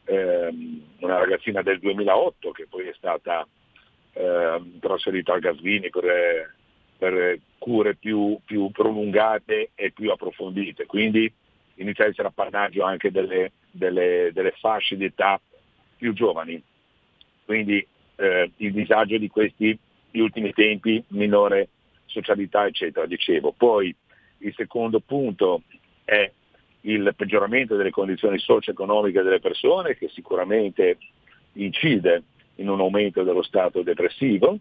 ehm, una ragazzina del duemilaotto che poi è stata eh, trasferita al Gasvini per, per cure più, più prolungate e più approfondite, quindi inizia a essere appannaggio anche delle, delle, delle fasce di età più giovani. Quindi eh, il disagio di questi gli ultimi tempi, minore socialità eccetera, dicevo. Poi il secondo punto è il peggioramento delle condizioni socio-economiche delle persone, che sicuramente incide in un aumento dello stato depressivo,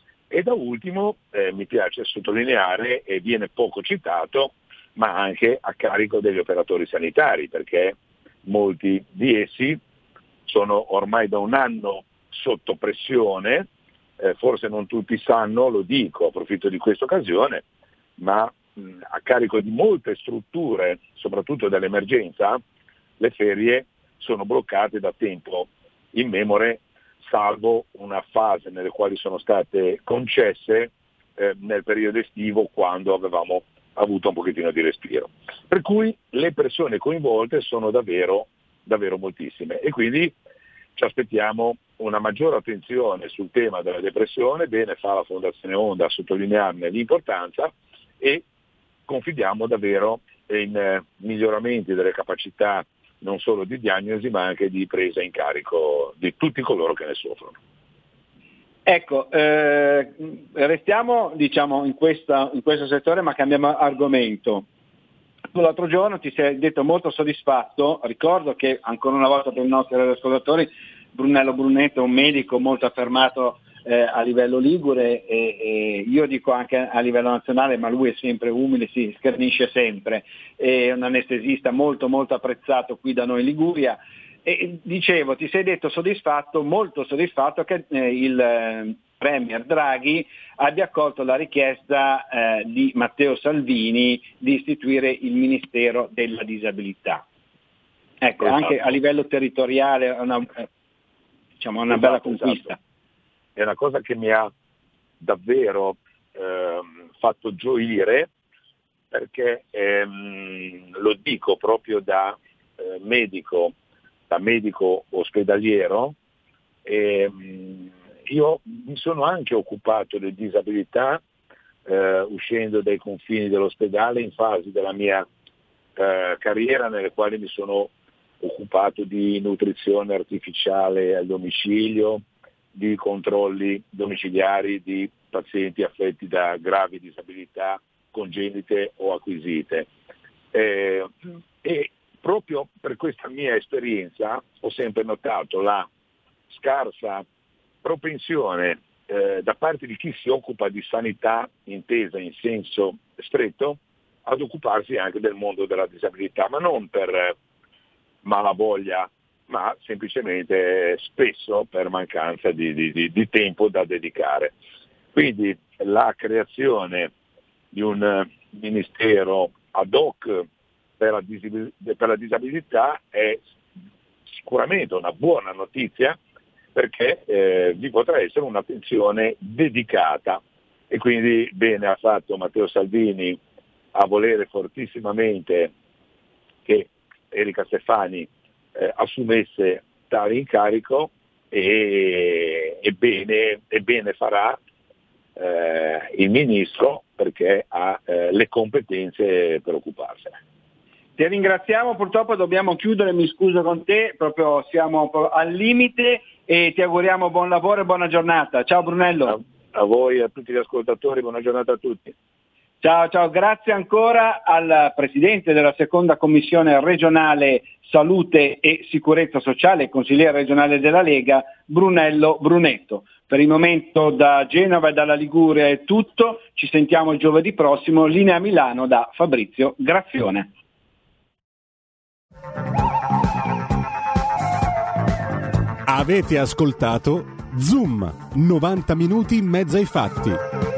e da ultimo eh, mi piace sottolineare, e viene poco citato, ma anche a carico degli operatori sanitari, perché molti di essi sono ormai da un anno sotto pressione, eh, forse non tutti sanno, lo dico, approfitto di questa occasione, ma mh, a carico di molte strutture, soprattutto dell'emergenza, le ferie sono bloccate da tempo immemore, salvo una fase nelle quali sono state concesse eh, nel periodo estivo, quando avevamo avuto un pochettino di respiro. Per cui le persone coinvolte sono davvero, davvero moltissime, e quindi ci aspettiamo una maggiore attenzione sul tema della depressione. Bene fa la Fondazione Onda a sottolinearne l'importanza, e confidiamo davvero in eh, miglioramenti delle capacità non solo di diagnosi ma anche di presa in carico di tutti coloro che ne soffrono. Ecco, eh, restiamo diciamo in, questa, in questo settore, ma cambiamo argomento. Tu l'altro giorno ti sei detto molto soddisfatto, ricordo che ancora una volta per i nostri radioascoltatori Brunello Brunetto è un medico molto affermato eh, a livello ligure, e, e io dico anche a livello nazionale, ma lui è sempre umile, si schernisce sempre, è un anestesista molto molto apprezzato qui da noi in Liguria. E dicevo, ti sei detto soddisfatto, molto soddisfatto che eh, il eh, Premier Draghi abbia accolto la richiesta eh, di Matteo Salvini di istituire il Ministero della Disabilità. Ecco, esatto. Anche a livello territoriale è una, eh, diciamo, una esatto, bella conquista. Esatto. È una cosa che mi ha davvero eh, fatto gioire, perché ehm, lo dico proprio da eh, medico, da medico ospedaliero, ehm, io mi sono anche occupato di disabilità eh, uscendo dai confini dell'ospedale in fasi della mia eh, carriera nelle quali mi sono occupato di nutrizione artificiale al domicilio, di controlli domiciliari di pazienti affetti da gravi disabilità congenite o acquisite. Eh, e proprio per questa mia esperienza ho sempre notato la scarsa propensione eh, da parte di chi si occupa di sanità intesa in senso stretto ad occuparsi anche del mondo della disabilità, ma non per malavoglia, ma semplicemente spesso per mancanza di, di, di tempo da dedicare. Quindi la creazione di un ministero ad hoc per la, disab- per la disabilità è sicuramente una buona notizia, perché eh, vi potrà essere un'attenzione dedicata, e quindi bene ha fatto Matteo Salvini a volere fortissimamente che Erika Stefani eh, assumesse tale incarico, e, e, bene, e bene farà eh, il ministro, perché ha eh, le competenze per occuparsene. Ti ringraziamo, purtroppo dobbiamo chiudere, mi scuso con te, proprio siamo al limite, e ti auguriamo buon lavoro e buona giornata. Ciao Brunello. A, a voi e a tutti gli ascoltatori, buona giornata a tutti. Ciao, ciao, grazie ancora al Presidente della Seconda Commissione regionale Salute e Sicurezza Sociale e consigliere regionale della Lega, Brunello Brunetto. Per il momento da Genova e dalla Liguria è tutto, ci sentiamo il giovedì prossimo, linea Milano da Fabrizio Grazione. Avete ascoltato Zoom, novanta minuti in mezzo ai fatti.